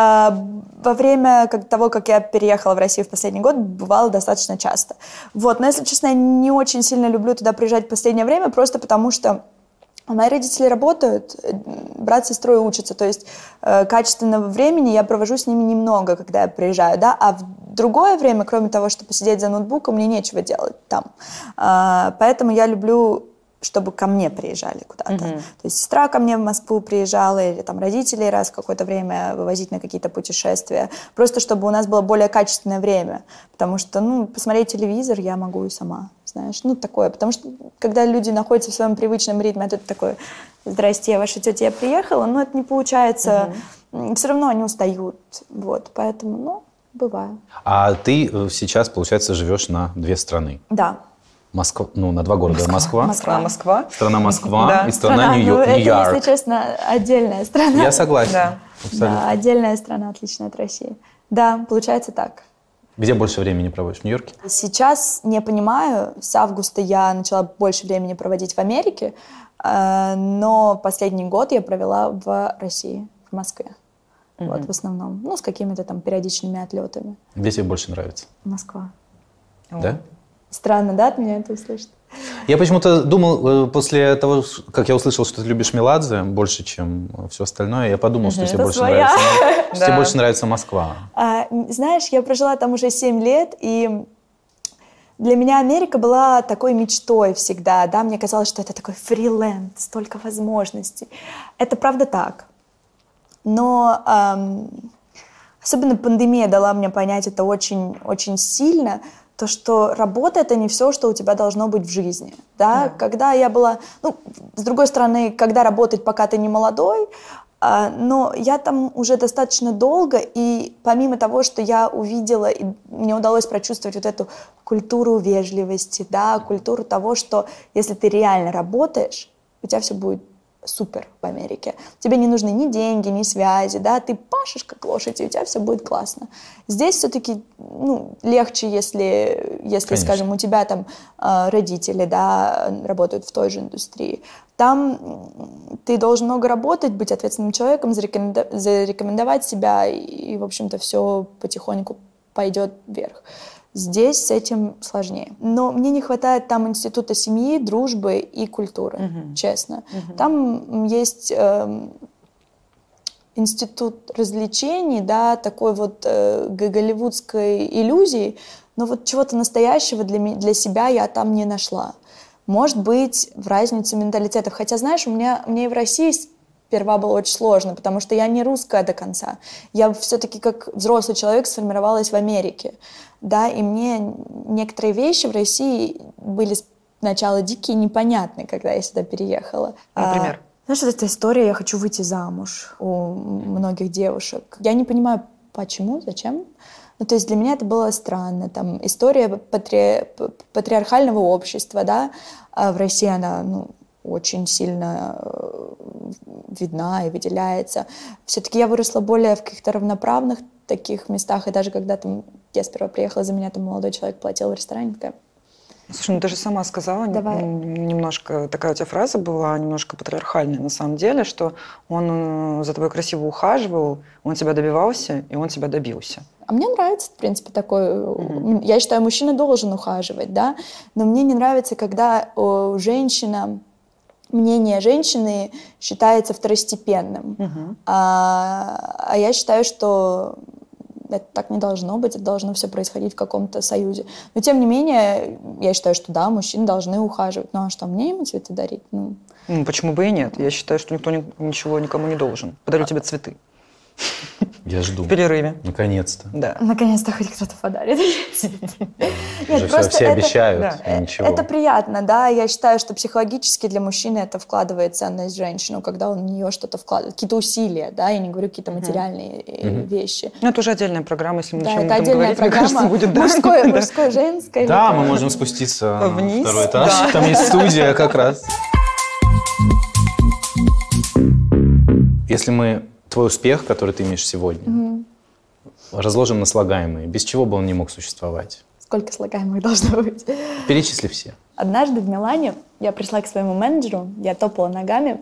Во время того, как я переехала в Россию в последний год, бывало достаточно часто. Но, если честно, я не очень сильно люблю туда приезжать в последнее время, просто потому что мои родители работают, брат с сестрой учатся, то есть качественного времени я провожу с ними немного, когда я приезжаю, да, а в другое время, кроме того, чтобы посидеть за ноутбуком, мне нечего делать там. Поэтому я люблю, чтобы ко мне приезжали куда-то. То есть сестра ко мне в Москву приезжала, или там родители раз в какое-то время вывозить на какие-то путешествия, просто чтобы у нас было более качественное время, потому что, посмотреть телевизор я могу и сама, знаешь, такое, потому что когда люди находятся в своем привычном ритме, а тут такое: здрасте, я ваша тетя, я приехала, но это не получается, все равно они устают, поэтому, бывает. А ты сейчас, получается, живешь на 2 страны? Да. Москва, на 2 города. Москва. Страна Москва Да. и страна Нью-Йорк. Это, если честно, отдельная страна. Я согласен. Да. Абсолютно. Отдельная страна, отличная от России. Да, получается так. Где больше времени проводишь? В Нью-Йорке? Сейчас не понимаю. С августа я начала больше времени проводить в Америке, но последний год я провела в России, в Москве. В основном. С какими-то там периодичными отлетами. Где тебе больше нравится? Москва. Да? Странно, да, от меня это услышать? Я почему-то думал, после того, как я услышал, что ты любишь Меладзе больше, чем все остальное, я подумал, что тебе больше нравится Москва. Знаешь, я прожила там уже 7 лет, и для меня Америка была такой мечтой всегда. Да? Мне казалось, что это такой фриленд, столько возможностей. Это правда так. Но особенно пандемия дала мне понять это очень, очень сильно, то, что работа — это не все, что у тебя должно быть в жизни. Да? Когда я была... с другой стороны, когда работать, пока ты не молодой, но я там уже достаточно долго, и помимо того, что я увидела, и мне удалось прочувствовать вот эту культуру вежливости, да, культуру того, что если ты реально работаешь, у тебя все будет супер в Америке. Тебе не нужны ни деньги, ни связи, да, ты пашешь как лошадь, и у тебя все будет классно. Здесь все-таки, легче, если скажем, у тебя там родители, да, работают в той же индустрии. Там ты должен много работать, быть ответственным человеком, зарекомендовать себя, и в общем-то, все потихоньку пойдет вверх. Здесь с этим сложнее. Но мне не хватает там института семьи, дружбы и культуры, честно. Там есть институт развлечений, да, такой вот голливудской иллюзии, но вот чего-то настоящего для себя я там не нашла. Может быть, в разнице менталитетов. Хотя, знаешь, мне и в России сперва было очень сложно, потому что я не русская до конца. Я все-таки как взрослый человек сформировалась в Америке, да, и мне некоторые вещи в России были сначала дикие, непонятные, когда я сюда переехала. Например? Знаешь, вот эта история «я хочу выйти замуж» у многих девушек. Я не понимаю, почему, зачем. Ну, то есть для меня это было странно. Там история патриархального общества, да, а в России она, очень сильно видна и выделяется. Все-таки я выросла более в каких-то равноправных таких местах, и даже когда там я сперва приехала, за меня там молодой человек платил в ресторане, такая... Слушай, ты же сама сказала, Давай. Немножко такая у тебя фраза была, немножко патриархальная на самом деле, что он за тобой красиво ухаживал, он тебя добивался, и он тебя добился. А мне нравится, в принципе, такой... Я считаю, мужчина должен ухаживать, да, но мне не нравится, когда мнение женщины считается второстепенным. А я считаю, что это так не должно быть, это должно все происходить в каком-то союзе. Но, тем не менее, я считаю, что да, мужчины должны ухаживать. Ну, а что, мне ему цветы дарить? Почему бы и нет? Я считаю, что никто ничего никому не должен. Подарю тебе цветы. Я жду. В перерыве. Наконец-то. Да. Наконец-то хоть кто-то подарит. Нет, просто все обещают, и ничего. Это приятно, да. Я считаю, что психологически для мужчины это вкладывает ценность в женщину, когда он в нее что-то вкладывает. Какие-то усилия, да, я не говорю какие-то материальные вещи. Ну, это уже отдельная программа, если мы начнем об этом говорить, мне кажется, будет мужское, женское. Да, мы можем спуститься вниз, на второй этаж. Да. Там есть студия как раз. Если мы твой успех, который ты имеешь сегодня, разложим на слагаемые, без чего бы он не мог существовать? Сколько слагаемых должно быть? Перечисли все. Однажды в Милане я пришла к своему менеджеру, я топала ногами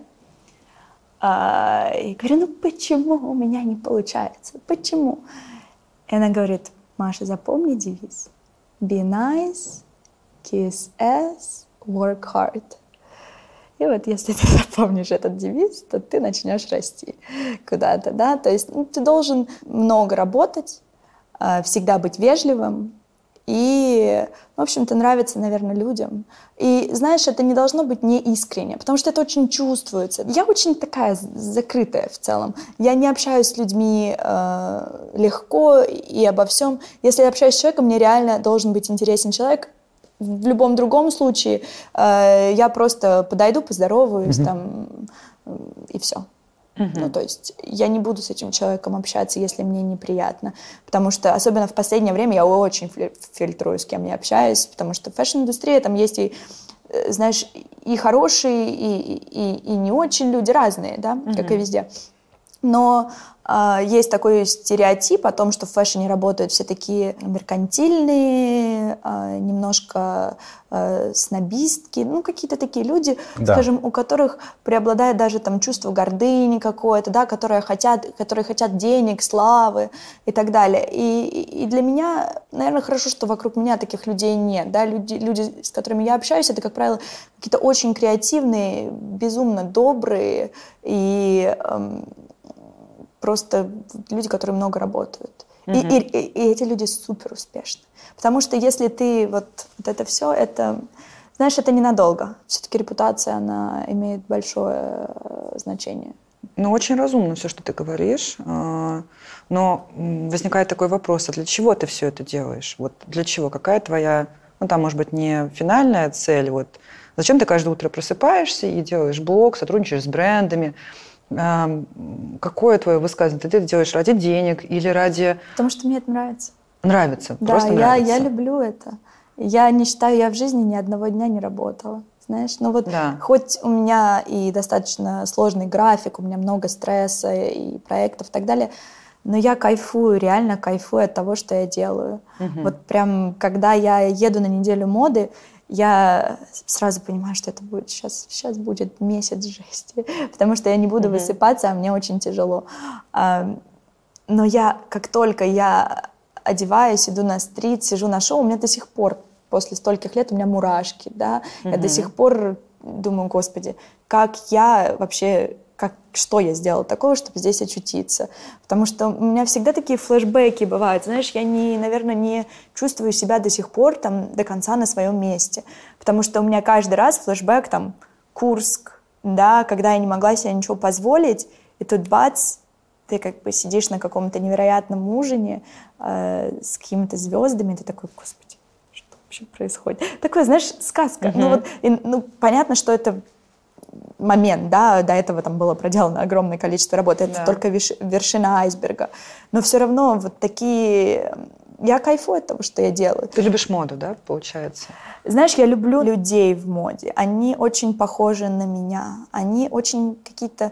и говорю, почему у меня не получается? Почему? И она говорит, Маша, запомни девиз. Be nice, kiss ass, work hard. И вот если ты запомнишь этот девиз, то ты начнешь расти куда-то, да. То есть ты должен много работать, всегда быть вежливым и, в общем-то, нравиться, наверное, людям. И, знаешь, это не должно быть неискренне, потому что это очень чувствуется. Я очень такая закрытая в целом. Я не общаюсь с людьми легко и обо всем. Если я общаюсь с человеком, мне реально должен быть интересен человек. В любом другом случае я просто подойду, поздороваюсь там, и все. Ну, то есть я не буду с этим человеком общаться, если мне неприятно. Потому что, особенно в последнее время, я очень фильтрую, с кем я общаюсь, потому что в фэшн-индустрии там есть и, знаешь, и хорошие, и не очень люди разные, да, как и везде. Но есть такой стереотип о том, что в фэшне работают все такие меркантильные, немножко снобистки, какие-то такие люди, скажем, у которых преобладает даже там чувство гордыни какое-то, да, которые хотят денег, славы и так далее. И для меня, наверное, хорошо, что вокруг меня таких людей нет, да, люди, с которыми я общаюсь, это, как правило, какие-то очень креативные, безумно добрые и просто люди, которые много работают. И эти люди супер успешны. Потому что если ты вот это все, это, знаешь, это ненадолго. Все-таки репутация, она имеет большое значение. Очень разумно все, что ты говоришь. Но возникает такой вопрос, а для чего ты все это делаешь? Вот для чего? Какая твоя, там, может быть, не финальная цель? Вот зачем ты каждое утро просыпаешься и делаешь блог, сотрудничаешь с брендами? Какое твое высказывание? Ты это делаешь ради денег или ради... Потому что мне это нравится. Нравится? Да, просто нравится? Я люблю это. Я не считаю, я в жизни ни одного дня не работала. Знаешь, хоть у меня и достаточно сложный график, у меня много стресса и проектов и так далее, но я кайфую, реально кайфую от того, что я делаю. Вот прям, когда я еду на неделю моды, я сразу понимаю, что это будет сейчас будет месяц жести, потому что я не буду высыпаться, а мне очень тяжело. Но как только я одеваюсь, иду на стрит, сижу на шоу, у меня до сих пор, после стольких лет, у меня мурашки, да, я до сих пор думаю, господи, как я вообще, что я сделала такого, чтобы здесь очутиться. Потому что у меня всегда такие флешбеки бывают. Знаешь, я, наверное, не чувствую себя до сих пор там до конца на своем месте. Потому что у меня каждый раз флешбэк там Курск, да, когда я не могла себе ничего позволить, и тут бац, ты как бы сидишь на каком-то невероятном ужине с какими-то звездами, и ты такой, господи, что вообще происходит? Такое, знаешь, сказка. Понятно, что это момент, да, до этого там было проделано огромное количество работы, это только вершина айсберга. Но все равно вот такие... Я кайфую от того, что я делаю. Ты любишь моду, да, получается? Знаешь, я люблю людей в моде. Они очень похожи на меня. Они очень какие-то,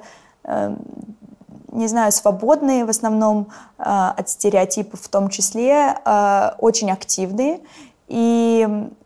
не знаю, свободные в основном от стереотипов в том числе, очень активные. И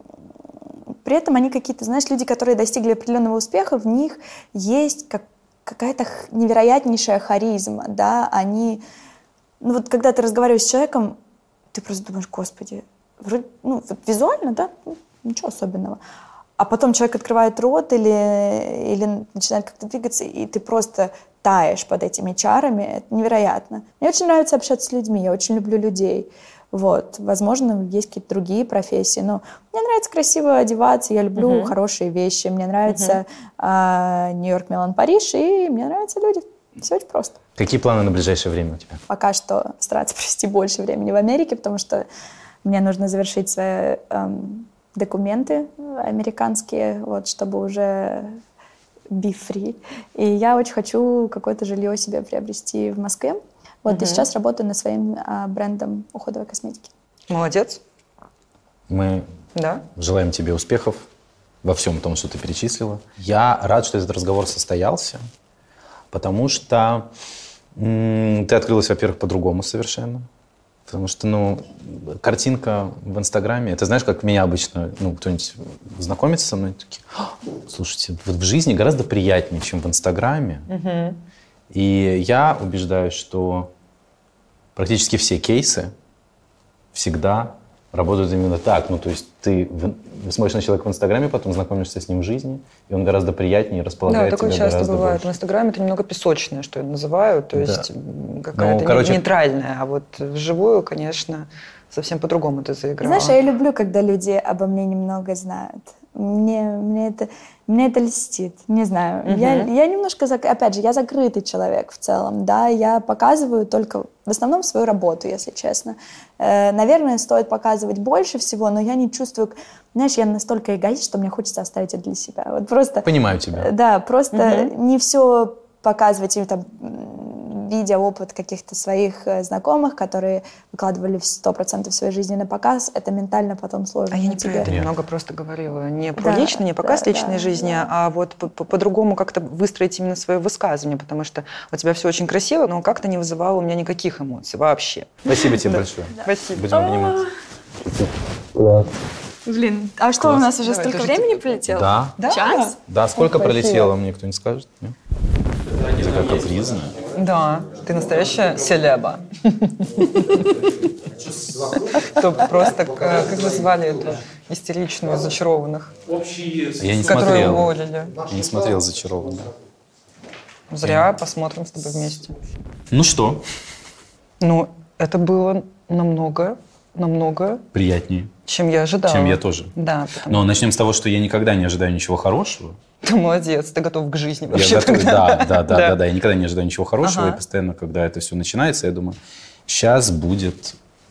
при этом они какие-то, знаешь, люди, которые достигли определенного успеха, в них есть какая-то невероятнейшая харизма, да, они... Ну вот когда ты разговариваешь с человеком, ты просто думаешь, господи, вроде, ну вот визуально, да, ничего особенного. А потом человек открывает рот или начинает как-то двигаться, и ты просто таешь под этими чарами. Это невероятно. Мне очень нравится общаться с людьми, я очень люблю людей. Вот. Возможно, есть какие-то другие профессии, но мне нравится красиво одеваться, я люблю хорошие вещи, мне нравится Нью-Йорк, Милан, Париж, и мне нравятся люди. Все очень просто. Какие планы на ближайшее время у тебя? Пока что стараться провести больше времени в Америке, потому что мне нужно завершить свои документы американские, вот, чтобы уже be free. И я очень хочу какое-то жилье себе приобрести в Москве. Вот, и сейчас работаю над своим брендом уходовой косметики. Молодец. Мы желаем тебе успехов во всем том, что ты перечислила. Я рад, что этот разговор состоялся, потому что ты открылась, во-первых, по-другому совершенно. Потому что, картинка в Инстаграме, это знаешь, как меня обычно, кто-нибудь знакомится со мной, такие, слушайте, вот в жизни гораздо приятнее, чем в Инстаграме. И я убеждаюсь, что практически все кейсы всегда работают именно так. То есть ты смотришь на человека в Инстаграме, потом знакомишься с ним в жизни, и он гораздо приятнее располагает тебя гораздо больше. Да, такое часто бывает. В Инстаграме это немного песочное, что я называю, то есть какая-то нейтральная. А вот вживую, конечно, совсем по-другому ты заиграла. Знаешь, я люблю, когда люди обо мне немного знают. Мне это льстит, не знаю. Я немножко, опять же, я закрытый человек в целом, да, я показываю только в основном свою работу, если честно. Наверное, стоит показывать больше всего, но я не чувствую, знаешь, я настолько эгоист, что мне хочется оставить это для себя. Вот просто... Понимаю тебя. Да, просто не все показывать, или там, видя опыт каких-то своих знакомых, которые выкладывали 100% своей жизни на показ, это ментально потом сложно. А я не про это немного просто говорила. Не про личное, не показ личной жизни, а вот по-другому как-то выстроить именно свое высказывание, потому что у тебя все очень красиво, но как-то не вызывало у меня никаких эмоций вообще. Спасибо тебе большое. Спасибо. Будем обниматься. Блин, а что, у нас уже столько времени пролетело? Да. Час? Да, сколько пролетело, мне кто-нибудь скажет? Ты такая капризная. Да, ты настоящая селеба. Просто, как вы звали эту истеричную «Зачарованных», которую уволили? Я не смотрел «Зачарованных». Зря, посмотрим с тобой вместе. Ну что? Это было намного приятнее, чем я ожидала. Чем я тоже. Да. Но начнем с того, что я никогда не ожидаю ничего хорошего. Ты молодец, ты готов к жизни вообще. Да. Я никогда не ожидаю ничего хорошего. И постоянно, когда это все начинается, я думаю, сейчас будет...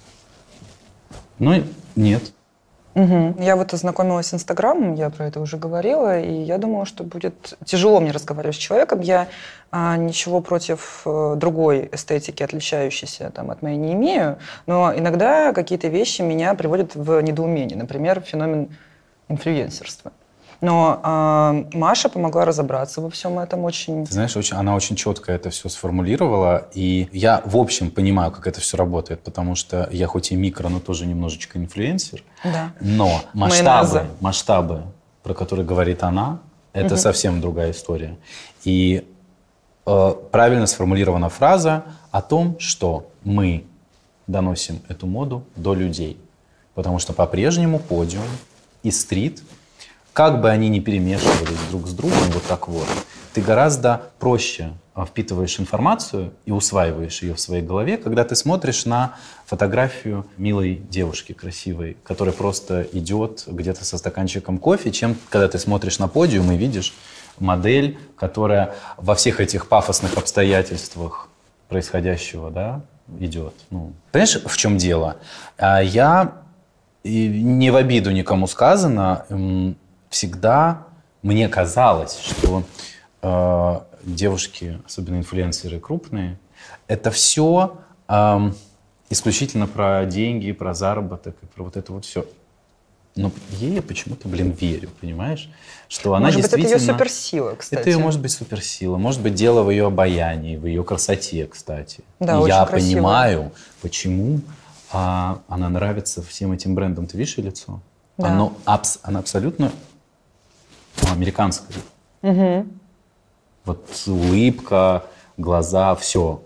Нет. Я вот ознакомилась с Инстаграмом, я про это уже говорила, и я думала, что будет тяжело мне разговаривать с человеком. Я ничего против другой эстетики, отличающейся от моей, не имею, но иногда какие-то вещи меня приводят в недоумение. Например, феномен инфлюенсерства. Но Маша помогла разобраться во всем этом очень... Ты знаешь, она очень четко это все сформулировала, и я, в общем, понимаю, как это все работает, потому что я хоть и микро, но тоже немножечко инфлюенсер, но масштабы, про которые говорит она, это совсем другая история. И правильно сформулирована фраза о том, что мы доносим эту моду до людей, потому что по-прежнему подиум и стрит, как бы они ни перемешивались друг с другом, вот так вот, ты гораздо проще впитываешь информацию и усваиваешь ее в своей голове, когда ты смотришь на фотографию милой девушки красивой, которая просто идет где-то со стаканчиком кофе, чем когда ты смотришь на подиум и видишь модель, которая во всех этих пафосных обстоятельствах происходящего, да, идет. Ну, понимаешь, в чем дело? Я, не в обиду никому сказано, всегда мне казалось, что девушки, особенно инфлюенсеры крупные, это все исключительно про деньги, про заработок и про вот это вот все. Но ей я почему-то, верю, понимаешь? Что она может быть, это действительно... ее суперсила, кстати. Это ее, может быть, суперсила. Может быть, дело в ее обаянии, в ее красоте, кстати. Да, и я красиво. понимаю, почему она нравится всем этим брендам. Ты видишь ее лицо? Да. Она абсолютно американская. Угу. Вот улыбка, глаза, все.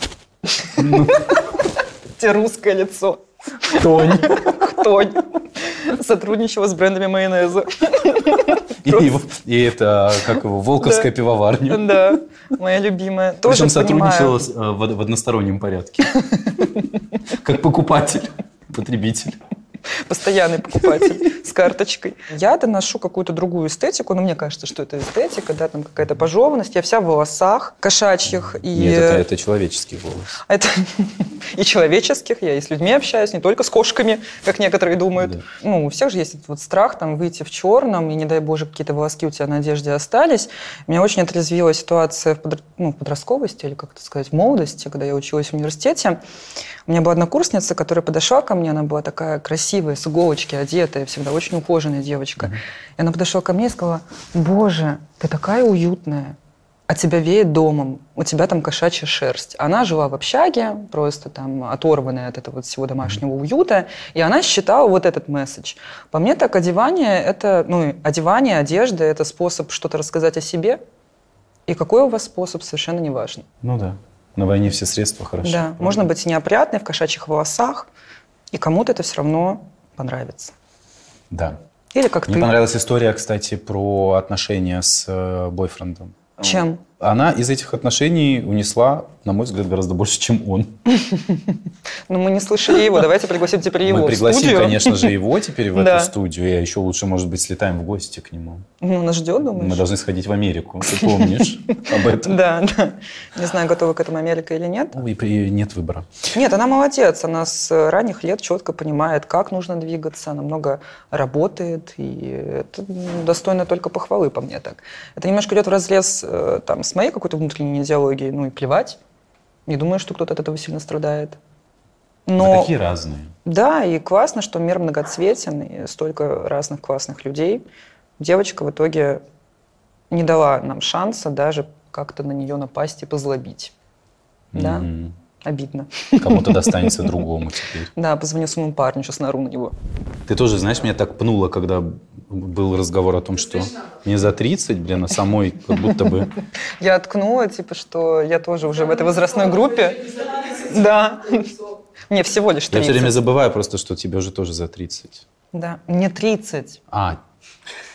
Тебе русское лицо. Тонь. Тонь. Сотрудничала с брендами майонеза. И это, как его, Волковская пивоварня. Да, моя любимая. Тоже причем сотрудничала в одностороннем порядке. Как покупатель, потребитель. Постоянный покупатель с карточкой. Я доношу какую-то другую эстетику, но мне кажется, что это эстетика, да, там какая-то пожеванность. Я вся в волосах кошачьих. Нет, это человеческий волос. Это и человеческих. Я и с людьми общаюсь, не только с кошками, как некоторые думают. Да. Ну, у всех же есть этот вот страх там выйти в черном, и не дай боже, какие-то волоски у тебя на одежде остались. Меня очень отрезвила ситуация в подростковости, или как это сказать, в молодости, когда я училась в университете. У меня была однокурсница, которая подошла ко мне, она была такая красивая, с иголочки одетая, всегда очень ухоженная девочка. И она подошла ко мне и сказала: «Боже, ты такая уютная, от тебя веет домом, у тебя там кошачья шерсть». Она жила в общаге, просто там оторванная от этого всего домашнего уюта, и она считала вот этот месседж. По мне так одевание, одевание, одежда — это способ что-то рассказать о себе, и какой у вас способ, совершенно не важно. Ну да. На войне все средства хороши. Да, правда? Можно быть неопрятной, в кошачьих волосах, и кому-то это все равно понравится. Да. Или как Мне понравилась история, кстати, про отношения с бойфрендом. Чем? Она из этих отношений унесла, на мой взгляд, гораздо больше, чем он. Ну, мы не слышали его. Давайте пригласим теперь его в студию. Мы пригласим, конечно же, его теперь в эту студию. И еще лучше, может быть, слетаем в гости к нему. Ну, нас ждет, думаешь? Мы должны сходить в Америку. Ты помнишь об этом? Да, да. Не знаю, готова к этому Америка или нет. Нет выбора. Нет, она молодец. Она с ранних лет четко понимает, как нужно двигаться. Она много работает. И это достойно только похвалы, по мне так. Это немножко идет вразрез там, с моей какой-то внутренней идеологией. Ну и плевать. Не думаю, что кто-то от этого сильно страдает. Но вы такие разные. Да, и классно, что мир многоцветен, и столько разных классных людей. Девочка в итоге не дала нам шанса даже как-то на нее напасть и позлобить. Да? Обидно. Кому-то достанется другому теперь. Да, позвоню своему парню, сейчас наору на него. Ты тоже, знаешь, меня так пнуло, когда был разговор о том, что мне за 30, а самой как будто бы... Я ткнула, типа, что я тоже уже в этой возрастной группе. Да. Мне всего лишь 30. Я все время забываю просто, что тебе уже тоже за 30. Да, мне 30.